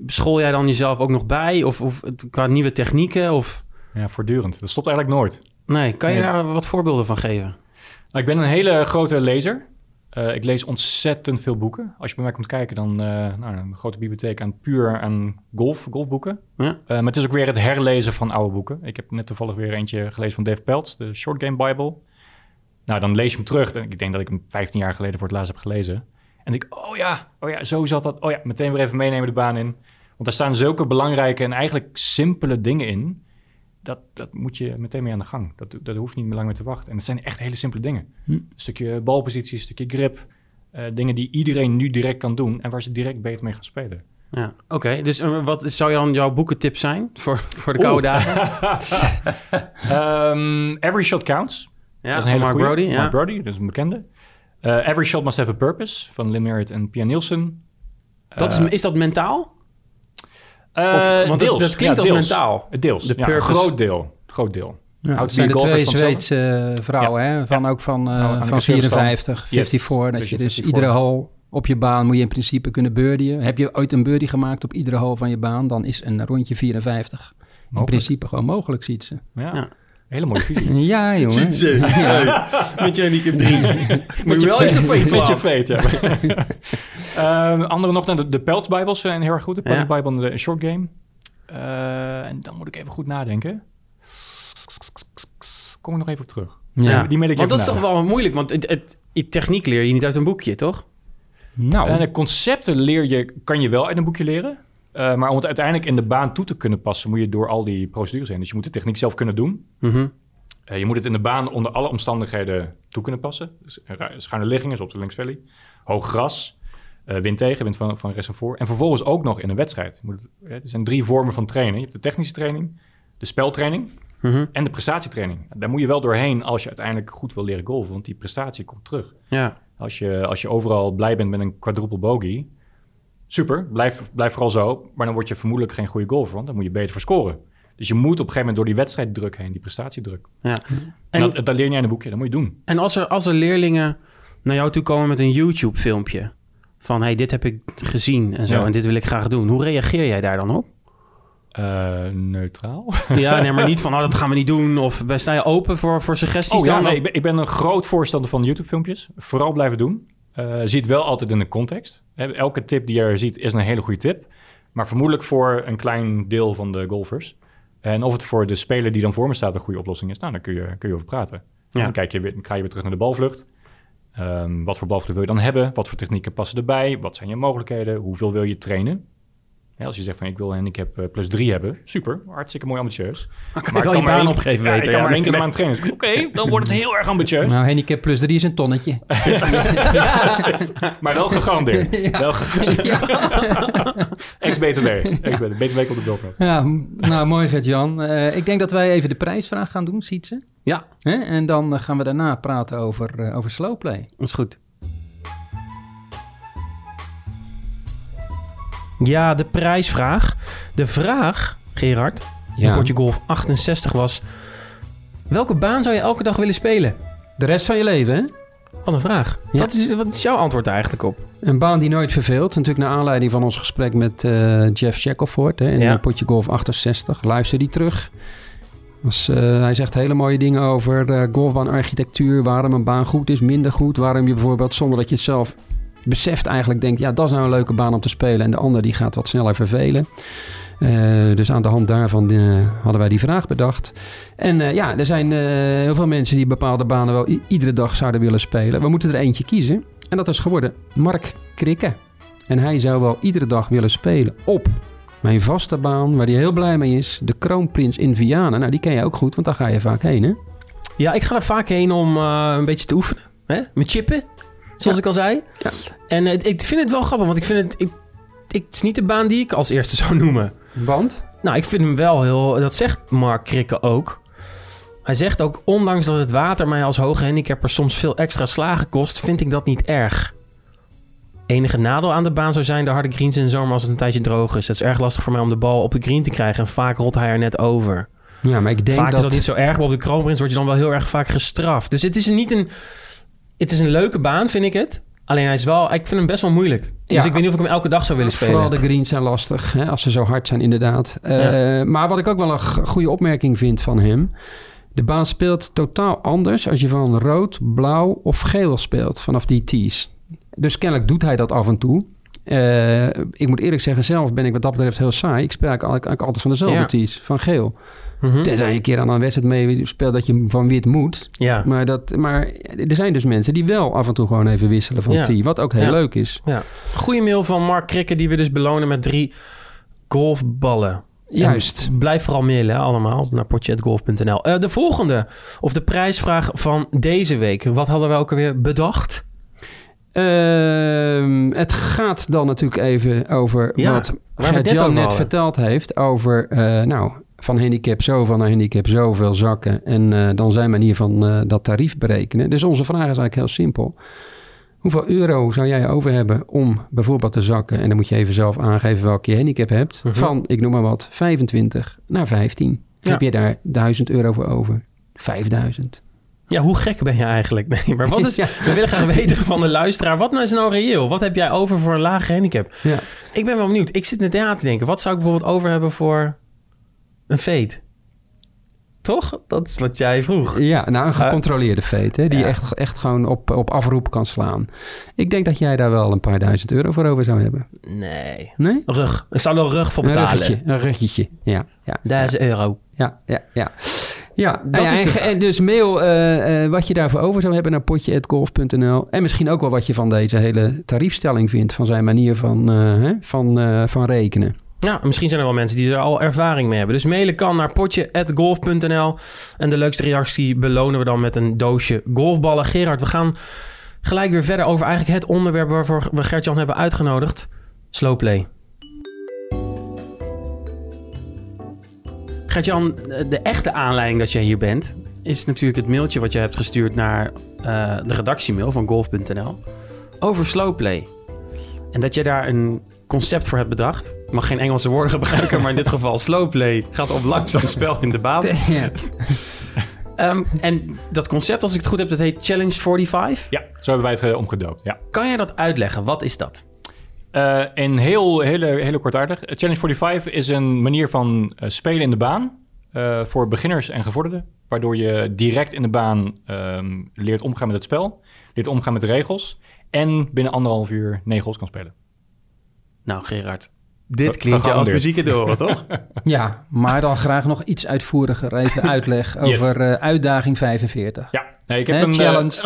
school jij dan jezelf ook nog bij? Of qua nieuwe technieken? Of... Ja, voortdurend. Dat stopt eigenlijk nooit. Nee, kan je daar wat voorbeelden van geven? Nou, ik ben een hele grote lezer. Ik lees ontzettend veel boeken. Als je bij mij komt kijken, dan een grote bibliotheek aan golfboeken. Ja. Maar het is ook weer het herlezen van oude boeken. Ik heb net toevallig weer eentje gelezen van Dave Peltz, de Short Game Bible. Nou, dan lees je hem terug. Ik denk dat ik hem 15 jaar geleden voor het laatst heb gelezen. En ik oh ja, zo zat dat. Oh ja, meteen weer even meenemen de baan in. Want daar staan zulke belangrijke en eigenlijk simpele dingen in. Dat moet je meteen mee aan de gang. Dat hoeft niet meer lang meer te wachten. En het zijn echt hele simpele dingen. Een stukje balpositie, een stukje grip. Dingen die iedereen nu direct kan doen. En waar ze direct beter mee gaan spelen. Ja, oké. Dus wat zou dan jouw boekentip zijn voor de koude dagen? Every Shot Counts. Ja, dat is een hele Mark goeie. Brody. Ja. Mark Brody, dat is een bekende. Every Shot Must Have a Purpose van Lynn Merritt en Pia Nielsen. Is dat mentaal? Want deels. dat klinkt als mentaal. Deels. De purpose. Groot deel. Ja, het zijn de twee Zweedse vrouwen, hè? Van 54, 54. Dat je dus iedere hole op je baan moet je in principe kunnen birdieën. Heb je ooit een birdie gemaakt op iedere hole van je baan, dan is een rondje 54 in principe gewoon mogelijk, ziet ze. Ja. Hele mooie visie. Ja, jongen. Ziet ze. Ja. Met je handicap 3. Moet je wel eens een feit slaan. Met je feit, ja. Andere nog, de Peltz Bijbels zijn heel erg goed. De Peltz Bijbel en de Short Game. En dan moet ik even goed nadenken. Kom ik nog even op terug. Ja. Die want dat is toch wel moeilijk, want techniek leer je niet uit een boekje, toch? Nou, de concepten kan je wel uit een boekje leren. Maar om het uiteindelijk in de baan toe te kunnen passen, moet je door al die procedures heen. Dus je moet de techniek zelf kunnen doen. Mm-hmm. Je moet het in de baan onder alle omstandigheden toe kunnen passen. Dus schuine liggingen, zoals de Links Valley. Hoog gras, wind tegen, wind van rechts en voor. En vervolgens ook nog in een wedstrijd. Er zijn 3 vormen van trainen. Je hebt de technische training, de speltraining en de prestatietraining. Daar moet je wel doorheen als je uiteindelijk goed wil leren golven. Want die prestatie komt terug. Ja. Als je overal blij bent met een quadruple bogey, super, blijf vooral zo. Maar dan word je vermoedelijk geen goede golfer, want dan moet je beter voor scoren. Dus je moet op een gegeven moment door die wedstrijddruk heen, die prestatiedruk. Ja. En dat leer je in een boekje, dat moet je doen. En als er leerlingen naar jou toe komen met een YouTube-filmpje van, hey, dit heb ik gezien en zo, en dit wil ik graag doen. Hoe reageer jij daar dan op? Neutraal. Ja, nee, maar niet van, dat gaan we niet doen. Of sta je open voor suggesties? Ik ben een groot voorstander van YouTube-filmpjes. Vooral blijven doen. Zie het wel altijd in de context. Elke tip die je er ziet is een hele goede tip. Maar vermoedelijk voor een klein deel van de golfers. En of het voor de speler die dan voor me staat een goede oplossing is, nou, dan kun je over praten. Ja. Dan ga je weer terug naar de balvlucht. Wat voor balvlucht wil je dan hebben? Wat voor technieken passen erbij? Wat zijn je mogelijkheden? Hoeveel wil je trainen? Ja, als je zegt van ik wil een handicap +3 hebben, super, hartstikke mooi ambitieus. Maar ik kan je baan opgeven weten. Ik kan maar 1 keer de maand trainen. Oké, dan wordt het heel erg ambitieus. Nou, handicap +3 is een tonnetje. Maar wel gegarandeerd. Ja. Ex-BTW. BTW komt op de Ja, nou mooi Gert-Jan. Ik denk dat wij even de prijsvraag gaan doen, Sietse. Ja. En dan gaan we daarna praten over slowplay. Dat is goed. Ja, de prijsvraag. De vraag, Gerard, in Potje Golf 68 was, welke baan zou je elke dag willen spelen? De rest van je leven, hè? Wat een vraag. Ja. Wat is jouw antwoord daar eigenlijk op? Een baan die nooit verveelt. Natuurlijk naar aanleiding van ons gesprek met Jeff Shackelford in Potje Golf 68. Luister die terug. Hij zegt hele mooie dingen over golfbaanarchitectuur, waarom een baan goed is, minder goed. Waarom je bijvoorbeeld, zonder dat je het zelf beseft eigenlijk, denkt, ja, dat is nou een leuke baan om te spelen. En de ander die gaat wat sneller vervelen. Dus aan de hand daarvan hadden wij die vraag bedacht. En er zijn heel veel mensen die bepaalde banen wel iedere dag zouden willen spelen. We moeten er eentje kiezen. En dat is geworden Mark Krikke. En hij zou wel iedere dag willen spelen op mijn vaste baan, waar hij heel blij mee is. De Kroonprins in Vianen. Nou, die ken je ook goed, want daar ga je vaak heen, hè? Ja, ik ga er vaak heen om een beetje te oefenen. Hè? Met chippen, zoals ik al zei. Ja. En ik vind het wel grappig, want ik vind het is niet de baan die ik als eerste zou noemen. Want? Nou, ik vind hem wel heel... Dat zegt Mark Krikke ook. Hij zegt ook, ondanks dat het water mij als hoge handicapper soms veel extra slagen kost, vind ik dat niet erg. Enige nadeel aan de baan zou zijn de harde greens in de zomer als het een tijdje droog is. Het is erg lastig voor mij om de bal op de green te krijgen en vaak rolt hij er net over. Ja, maar ik denk vaak is dat niet zo erg, maar op de Kroonprins word je dan wel heel erg vaak gestraft. Dus het is een leuke baan, vind ik het. Alleen hij is wel... Ik vind hem best wel moeilijk. Dus ik weet niet of ik hem elke dag zou willen spelen. Vooral de greens zijn lastig, hè, als ze zo hard zijn inderdaad. Maar wat ik ook wel een goede opmerking vind van hem... De baan speelt totaal anders als je van rood, blauw of geel speelt vanaf die tees. Dus kennelijk doet hij dat af en toe. Ik moet eerlijk zeggen, zelf ben ik wat dat betreft heel saai. Ik speel eigenlijk altijd van dezelfde tees, van geel. Mm-hmm. Tenzij je een keer aan een wedstrijd mee speelt dat je van wit moet. Ja. Maar er zijn dus mensen die wel af en toe gewoon even wisselen van tee. Wat ook heel leuk is. Ja. Goeie mail van Mark Krikke die we dus belonen met 3 golfballen. Juist. En blijf vooral mailen allemaal naar potje@golf.nl. De volgende, of de prijsvraag van deze week. Wat hadden we ook alweer bedacht? Het gaat dan natuurlijk even over wat Gert-Jan net verteld heeft. Over van handicap zoveel naar handicap zoveel zakken. En dan zijn manier van dat tarief berekenen. Dus onze vraag is eigenlijk heel simpel. Hoeveel euro zou jij over hebben om bijvoorbeeld te zakken... en dan moet je even zelf aangeven welke je handicap hebt... van, ik noem maar wat, 25 naar 15. Heb je daar 1000 euro voor over? 5000. Ja, hoe gek ben je eigenlijk? Nee, maar wat is... We willen graag weten van de luisteraar... wat is nou reëel? Wat heb jij over voor een lage handicap? Ja. Ik ben wel benieuwd. Ik zit inderdaad te denken... wat zou ik bijvoorbeeld over hebben voor een fade? Toch? Dat is wat jij vroeg. Ja, nou een gecontroleerde fade, hè, die echt gewoon op afroep kan slaan. Ik denk dat jij daar wel een paar duizend euro voor over zou hebben. Nee? Rug. Ik zou er een rug voor betalen. Een ruggetje, ja. 1000 euro. Ja, en dus mail wat je daarvoor over zou hebben naar potje@golf.nl. En misschien ook wel wat je van deze hele tariefstelling vindt... van zijn manier van rekenen. Ja, misschien zijn er wel mensen die er al ervaring mee hebben. Dus mailen kan naar potje@golf.nl. En de leukste reactie belonen we dan met een doosje golfballen. Gerard, we gaan gelijk weer verder over eigenlijk het onderwerp... waarvoor we Gert-Jan hebben uitgenodigd. Slowplay. Gert-Jan, de echte aanleiding dat jij hier bent... is natuurlijk het mailtje wat je hebt gestuurd naar de redactiemail van golf.nl... over slowplay. En dat je daar een concept voor hebt bedacht. Ik mag geen Engelse woorden gebruiken, maar in dit geval slowplay gaat op langzaam spel in de baan. Ja. En dat concept, als ik het goed heb, dat heet Challenge 45? Ja, zo hebben wij het omgedoopt, ja. Kan jij dat uitleggen? Wat is dat? In hele kort uitleg. Challenge 45 is een manier van spelen in de baan voor beginners en gevorderden. Waardoor je direct in de baan leert omgaan met het spel, leert omgaan met de regels en binnen 1,5 uur 9 holes kan spelen. Nou, Gerard, dit klinkt je als muziek in de oren, toch? Ja, maar dan graag nog iets uitvoeriger even uitleg over uitdaging 45. Ja, nee, ik heb een challenge.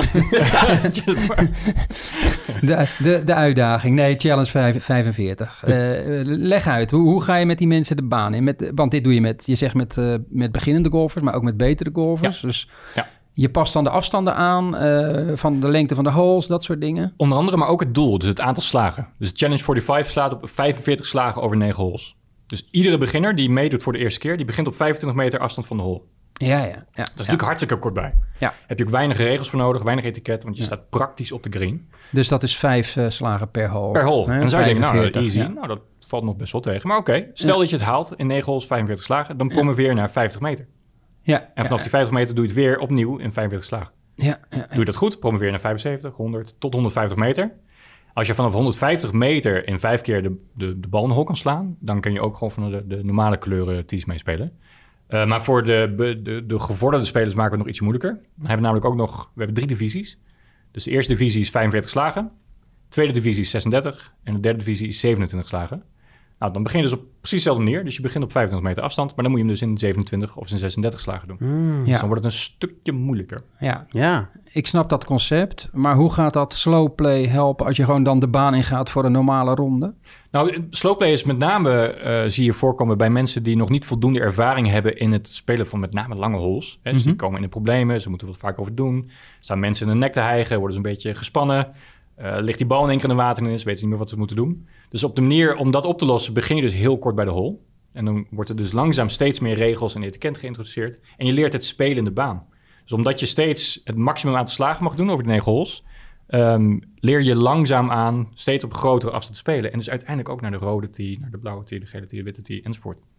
de uitdaging. Nee, challenge 45. Leg uit, hoe ga je met die mensen de baan in? Want dit doe je je zegt met beginnende golfers, maar ook met betere golfers. Ja. Dus je past dan de afstanden aan van de lengte van de holes, dat soort dingen. Onder andere, maar ook het doel, dus het aantal slagen. Dus Challenge 45 slaat op 45 slagen over 9 holes. Dus iedere beginner die meedoet voor de eerste keer... die begint op 25 meter afstand van de hole. Ja. Dat is natuurlijk hartstikke kort bij. Ja. Heb je ook weinig regels voor nodig, weinig etiket... want je staat praktisch op de green. Dus dat is 5 slagen per hole. Per hole. En dan zou je denken, easy. Ja. Nou, dat valt nog best wel tegen. Maar oké, stel dat je het haalt in 9 holes, 45 slagen... dan kom je weer naar 50 meter. Ja, en vanaf die 50 meter doe je het weer opnieuw in 45 slagen. Ja. Doe je dat goed, promoveer naar 75, 100 tot 150 meter. Als je vanaf 150 meter in 5 keer de bal in de hol kan slaan... dan kun je ook gewoon van de normale kleuren tees meespelen. Maar voor de gevorderde spelers maken we het nog iets moeilijker. We hebben namelijk ook nog 3 divisies. Dus de eerste divisie is 45 slagen. De tweede divisie is 36. En de derde divisie is 27 slagen. Nou, dan begin je dus op precies dezelfde manier. Dus je begint op 25 meter afstand, maar dan moet je hem dus in 27 of in 36 slagen doen. Dus dan wordt het een stukje moeilijker. Ja, ik snap dat concept. Maar hoe gaat dat slowplay helpen als je gewoon dan de baan ingaat voor een normale ronde? Nou, slowplay is met name, zie je voorkomen bij mensen die nog niet voldoende ervaring hebben in het spelen van met name lange holes. Hè? Dus die komen in de problemen, ze moeten er wat vaak over doen. Staan mensen in de nek te hijgen, worden ze een beetje gespannen. Ligt die bal in één keer in de water in, weten ze niet meer wat ze moeten doen. Dus op de manier om dat op te lossen, begin je dus heel kort bij de hole. En dan wordt er dus langzaam steeds meer regels en etiket geïntroduceerd. En je leert het spelen in de baan. Dus omdat je steeds het maximum aantal slagen mag doen over de 9 holes... leer je langzaam aan steeds op grotere afstand te spelen. En dus uiteindelijk ook naar de rode tee, naar de blauwe tee, de gele tee, de witte tee enzovoort.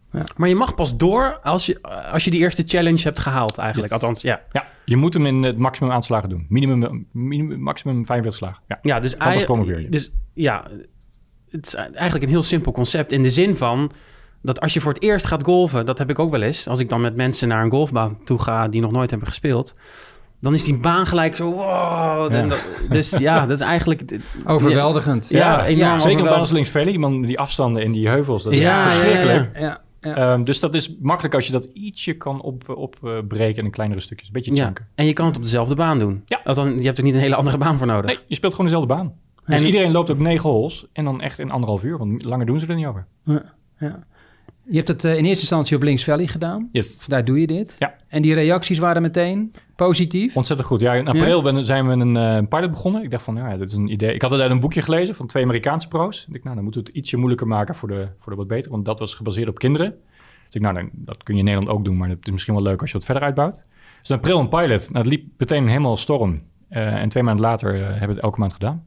Ja. Maar je mag pas door als je die eerste challenge hebt gehaald eigenlijk. Yes. Althans, ja. Ja, je moet hem in het maximum aantal slagen doen. Maximum 45 slagen. Ja, Ja, dus anders promoveer je. Dus ja, het is eigenlijk een heel simpel concept. In de zin van dat als je voor het eerst gaat golfen, dat heb ik ook wel eens. Als ik dan met mensen naar een golfbaan toe ga die nog nooit hebben gespeeld, dan is die baan gelijk zo... Wow, Ja. dus ja, dat is eigenlijk... Overweldigend. Ja, enorm zeker op overweldigend. Banslinks Valley, man, die afstanden in die heuvels, dat is Ja, verschrikkelijk. Ja. Dus dat is makkelijk als je dat ietsje kan opbreken in kleinere stukjes. Een beetje Ja, chunken. en je kan het op dezelfde baan doen. Ja. Althans, je hebt er niet een hele andere baan voor nodig. Nee, je speelt gewoon dezelfde baan. Dus En- iedereen loopt ook 9 holes en dan echt in 1,5 uur. Want langer doen ze er niet over. Ja. Je hebt het in eerste instantie op Links Valley gedaan. Yes. Daar doe je dit. Ja. En die reacties waren meteen positief. Ontzettend goed. Ja, in april zijn we een pilot begonnen. Ik dacht van, ja, dit is een idee. Ik had het uit een boekje gelezen van 2 Amerikaanse pro's. Ik dacht, nou, dan moeten we het ietsje moeilijker maken voor de wat beter. Want dat was gebaseerd op kinderen. Dus ik nou, dat kun je in Nederland ook doen. Maar het is misschien wel leuk als je wat verder uitbouwt. Dus in april een pilot. Nou, het liep meteen helemaal storm. En 2 maanden later hebben we het elke maand gedaan.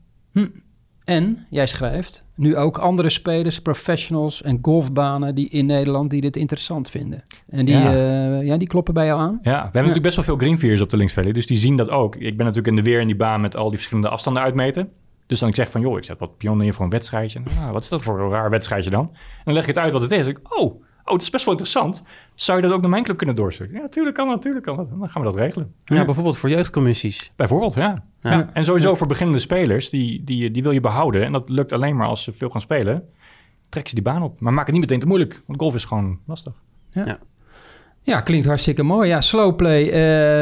En jij schrijft nu ook andere spelers, professionals en golfbanen die in Nederland die dit interessant vinden. En die kloppen bij jou aan? Ja, we hebben natuurlijk best wel veel greenviers op de Links Valley. Dus die zien dat ook. Ik ben natuurlijk in de weer in die baan met al die verschillende afstanden uitmeten. Dus dan ik zeg van, joh, ik zet wat pion neer voor een wedstrijdje. Nou, wat is dat voor een raar wedstrijdje dan? En dan leg ik het uit wat het is. En ik, dat is best wel interessant. Zou je dat ook naar mijn club kunnen doorsturen? Ja, natuurlijk kan dat. Dan gaan we dat regelen. Ja, bijvoorbeeld voor jeugdcommissies. Bijvoorbeeld, ja. En sowieso voor beginnende spelers, die wil je behouden. En dat lukt alleen maar als ze veel gaan spelen. Trek ze die baan op. Maar maak het niet meteen te moeilijk. Want golf is gewoon lastig. Ja, klinkt hartstikke mooi. Ja, slowplay.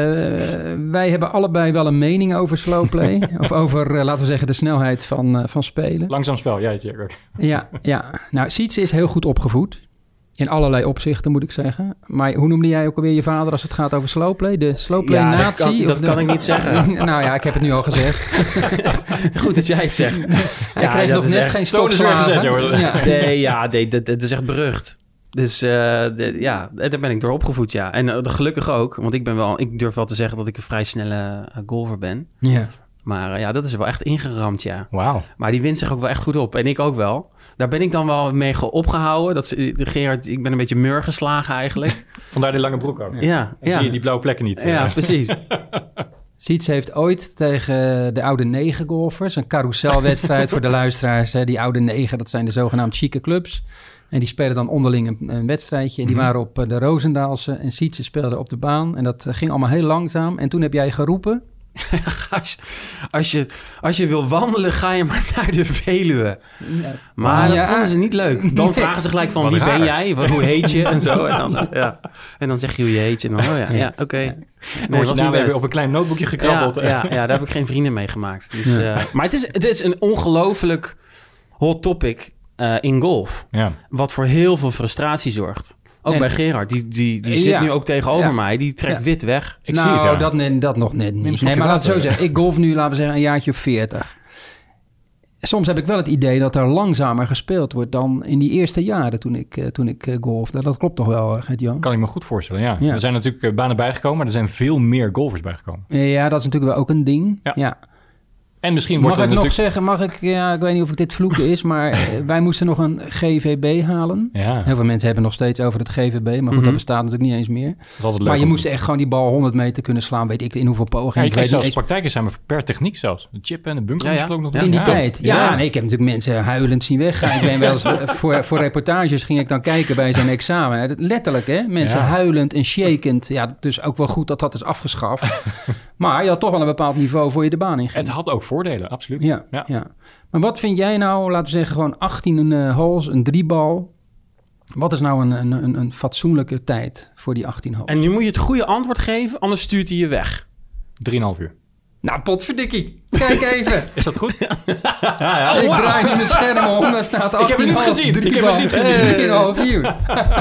Wij hebben allebei wel een mening over slowplay. Of over, laten we zeggen, de snelheid van spelen. Langzaam spel, ja, Jack. Ja. Nou, Sietse is heel goed opgevoed. In allerlei opzichten, moet ik zeggen. Maar hoe noemde jij ook alweer je vader als het gaat over slowplay? De slowplay-natie? Dat kan ik niet zeggen. Nou ja, ik heb het nu al gezegd. Goed dat jij het zegt. Hij kreeg nog net geen stopslagen. Nee, dat is echt berucht. Dus daar ben ik door opgevoed, ja. En gelukkig ook, want ik durf wel te zeggen dat ik een vrij snelle golfer ben. Ja. Maar dat is wel echt ingeramd, ja. Wauw. Maar die wint zich ook wel echt goed op. En ik ook wel. Daar ben ik dan wel mee opgehouden. Gerard, ik ben een beetje mur geslagen eigenlijk. Vandaar die lange broek ook. Ja. Zie je die blauwe plekken niet. Ja, precies. Sietse heeft ooit tegen de oude 9 golfers... een carouselwedstrijd voor de luisteraars. Die oude 9, dat zijn de zogenaamd chique clubs. En die spelen dan onderling een wedstrijdje. En die waren op de Roosendaalse. En Sietse speelde op de baan. En dat ging allemaal heel langzaam. En toen heb jij geroepen... Als je wil wandelen, ga je maar naar de Veluwe. Ja. Maar dat vonden ze niet leuk. Dan vragen ze gelijk van, wie ben jij? Hoe heet je? En zo. En dan zeg je hoe je heet. En dan, oké. Nee, word je nou weer op een klein notebookje gekrabbeld. Ja, daar heb ik geen vrienden mee gemaakt. Dus, maar het is een ongelooflijk hot topic in golf. Ja. Wat voor heel veel frustratie zorgt. Ook bij Gerard, die zit nu ook tegenover mij. Die trekt wit weg. Ik zie het, dat nog net niet. Nee, maar laten we zo zeggen. Ik golf nu, laten we zeggen, een jaartje of 40. Soms heb ik wel het idee dat er langzamer gespeeld wordt dan in die eerste jaren toen ik golfde. Dat klopt toch wel, Gert-Jan? Kan ik me goed voorstellen, ja. Er zijn natuurlijk banen bijgekomen, maar er zijn veel meer golfers bijgekomen. Ja, dat is natuurlijk wel ook een ding. Ja. En misschien wordt het natuurlijk... ik weet niet of dit vloeken is, maar wij moesten nog een GVB halen. Ja. Heel veel mensen hebben nog steeds over het GVB, maar goed, dat bestaat natuurlijk niet eens meer. Dat is altijd leuk. Maar je moest echt gewoon die bal 100 meter kunnen slaan, weet ik in hoeveel pogingen. Ja, je kreeg zelfs praktijken samen per techniek zelfs. De chip en de bunker ook nog. In die tijd. Ja, nee, ik heb natuurlijk mensen huilend zien weggaan. Ik ben wel eens voor reportages ging ik dan kijken bij zijn examen. Letterlijk, hè? Mensen huilend en shakend. Ja, dus ook wel goed dat dat is afgeschaft. Maar je had toch wel een bepaald niveau voor je de baan in ging. Het had ook voordelen, absoluut. Ja. Maar wat vind jij nou, laten we zeggen, gewoon 18 holes, een 3-bal. Wat is nou een fatsoenlijke tijd voor die 18 holes? En nu moet je het goede antwoord geven, anders stuurt hij je weg. 3,5 uur. Nou, potverdikkie. Kijk even. Is dat goed? Ik draai nu mijn scherm om. Daar staat 18 Ik heb het niet gezien. 3,5 uur.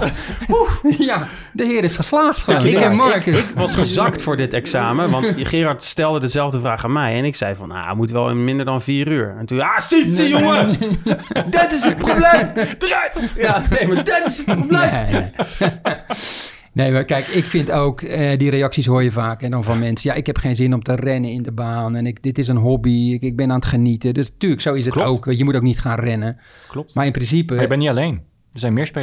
Ja, de heer is geslaagd. Ik was gezakt voor dit examen. Want Gerard stelde dezelfde vraag aan mij. En ik zei van, moet wel in minder dan 4 uur. En toen, zie jongen. Dat is het probleem. Eruit. Ja, nee, maar dat is het probleem. Nee, maar kijk, ik vind ook, die reacties hoor je vaak. En dan van mensen, ik heb geen zin om te rennen in de baan. En dit is een hobby, ik ben aan het genieten. Dus natuurlijk, zo is het ook. Je moet ook niet gaan rennen. Klopt. Maar in principe... Maar je bent niet alleen. Er zijn meer spelers.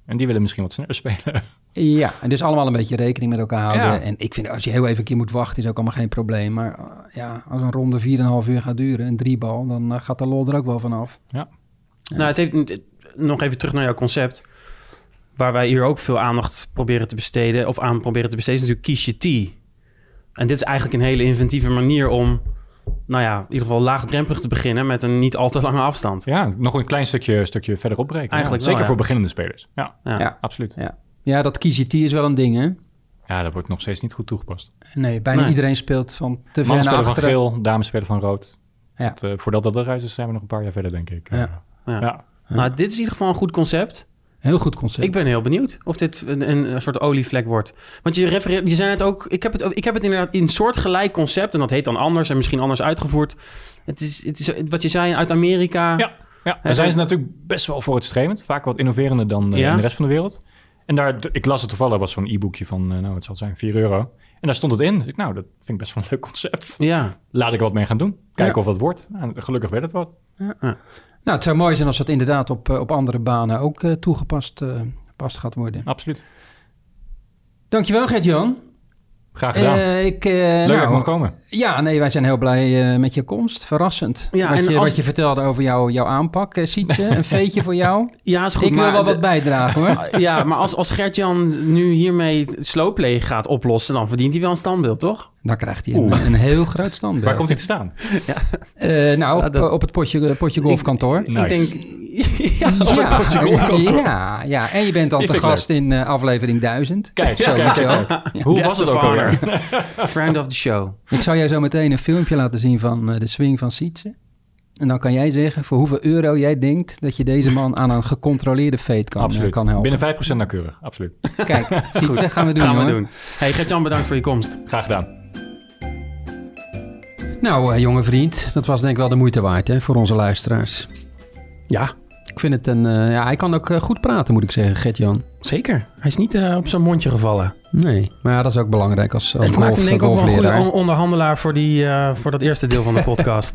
En die willen misschien wat sneller spelen. Ja, en dus allemaal een beetje rekening met elkaar houden. Ja. En ik vind, als je heel even een keer moet wachten, is ook allemaal geen probleem. Maar als een ronde 4,5 uur gaat duren, een 3-bal, dan gaat de lol er ook wel vanaf. Ja. Nou, het heeft nog even terug naar jouw concept. Waar wij hier ook veel aandacht proberen te besteden, is natuurlijk kies je tee. En dit is eigenlijk een hele inventieve manier om, in ieder geval laagdrempelig te beginnen met een niet al te lange afstand. Ja, nog een klein stukje verder opbreken. Eigenlijk zeker wel, voor beginnende spelers. Ja. Absoluut. Ja, dat kies je tee is wel een ding, hè? Ja, dat wordt nog steeds niet goed toegepast. Nee, bijna iedereen speelt van te ver Mannen naar spelen achteren. van geel, dames spelen van rood. Ja. Voordat dat eruit is, zijn we nog een paar jaar verder, denk ik. Ja. Nou, dit is in ieder geval een goed concept. Heel goed concept. Ik ben heel benieuwd of dit een soort olievlek wordt. Want je zei het ook, ik heb het inderdaad in een soortgelijk concept, en dat heet dan anders en misschien anders uitgevoerd. Het is wat je zei uit Amerika. Ja, daar zijn ze natuurlijk best wel vooruitstrevend. Vaak wat innoverender dan in de rest van de wereld. En ik las het toevallig, was zo'n e-boekje van, het zal zijn, €4. En daar stond het in. Dus dat vind ik best wel een leuk concept. Ja. Laat ik er wat mee gaan doen. Kijken of dat wordt. Nou, gelukkig werd het wat. Ja. Nou, het zou mooi zijn als dat inderdaad op andere banen ook toegepast gaat worden. Absoluut. Dankjewel, Gert-Jan. Graag gedaan. Leuk dat ik mag komen. Ja, nee, wij zijn heel blij met je komst. Verrassend. Ja, wat je vertelde over jouw aanpak, Sietse. Een veetje voor jou. Ja, is goed. Ik wil wel wat bijdragen, hoor. Ja, maar als Gert-Jan nu hiermee Slowplay gaat oplossen, dan verdient hij wel een standbeeld, toch? Dan krijgt hij een heel groot standbeeld. Waar komt hij te staan? Op het potje golfkantoor. Nice. Ik denk... Ja, en je bent dan te gast in aflevering 1000. Kijk. Hoe was het ook alweer? Friend of the show. Ik zal jou zo meteen een filmpje laten zien van de swing van Sietse. En dan kan jij zeggen voor hoeveel euro jij denkt dat je deze man aan een gecontroleerde fade kan helpen. Binnen 5% nauwkeurig, absoluut. Kijk, Sietse gaan we doen. Hey, Gert-Jan, bedankt voor je komst. Graag gedaan. Nou, jonge vriend, dat was denk ik wel de moeite waard, hè, voor onze luisteraars. Ja. Ik vind het hij kan ook goed praten, moet ik zeggen, Gert-Jan. Zeker. Hij is niet op zijn mondje gevallen. Nee, maar ja, dat is ook belangrijk als het maakt hem denk ik ook wel een goede onderhandelaar voor dat eerste deel van de podcast.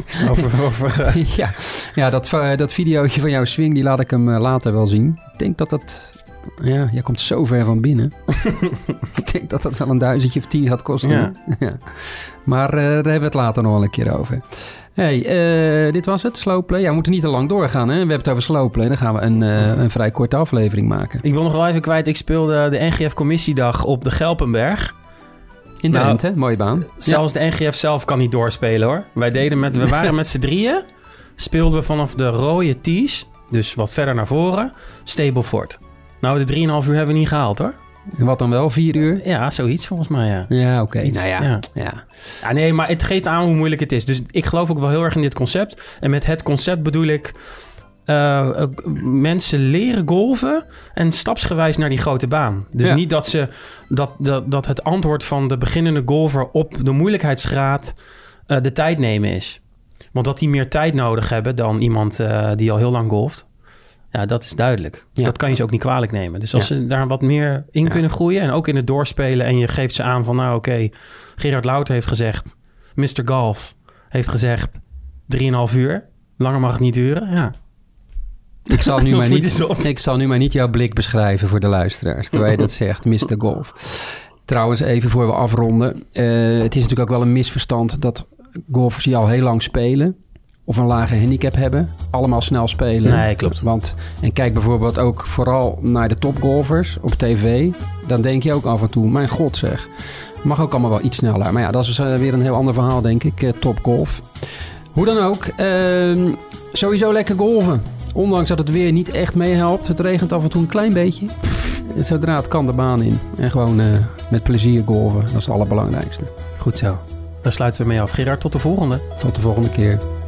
Dat videootje van jouw swing, die laat ik hem later wel zien. Ik denk dat jij komt zo ver van binnen. Ik denk dat wel een 1.000 of 10 gaat kosten. Ja. Maar daar hebben we het later nog wel een keer over. Hey, dit was het, Slowplay. Ja, we moeten niet te lang doorgaan, hè? We hebben het over Slowplay. Dan gaan we een vrij korte aflevering maken. Ik wil nog wel even kwijt. Ik speelde de NGF-commissiedag op de Gelpenberg. In Drenthe, mooie baan. Zelfs de NGF zelf kan niet doorspelen, hoor. We waren met z'n drieën. Speelden we vanaf de rode tees, dus wat verder naar voren, Stableford. Nou, de 3,5 uur hebben we niet gehaald, hoor. En wat dan wel, 4 uur? Ja, zoiets volgens mij, ja. Ja, oké. Ja, nee, maar het geeft aan hoe moeilijk het is. Dus ik geloof ook wel heel erg in dit concept. En met het concept bedoel ik mensen leren golven en stapsgewijs naar die grote baan. Dus niet dat het antwoord van de beginnende golfer op de moeilijkheidsgraad de tijd nemen is. Want dat die meer tijd nodig hebben dan iemand die al heel lang golft. Ja, dat is duidelijk. Ja. Dat kan je ze ook niet kwalijk nemen. Dus als ze daar wat meer in kunnen groeien en ook in het doorspelen en je geeft ze aan van Gerard Louter heeft gezegd, Mr. Golf heeft gezegd 3,5 uur. Langer mag het niet duren. Ja. Ik zal nu maar niet jouw blik beschrijven voor de luisteraars, terwijl je dat zegt, Mr. Golf. Trouwens, even voor we afronden. Het is natuurlijk ook wel een misverstand dat golfers die al heel lang spelen of een lage handicap hebben, allemaal snel spelen. Nee, klopt. En kijk bijvoorbeeld ook vooral naar de topgolfers op tv. Dan denk je ook af en toe, mijn god zeg. Mag ook allemaal wel iets sneller. Maar ja, dat is weer een heel ander verhaal, denk ik. Topgolf. Hoe dan ook, sowieso lekker golven. Ondanks dat het weer niet echt meehelpt. Het regent af en toe een klein beetje. Zodra het kan de baan in. En gewoon met plezier golven. Dat is het allerbelangrijkste. Goed zo. Daar sluiten we mee af. Gerard, tot de volgende. Tot de volgende keer.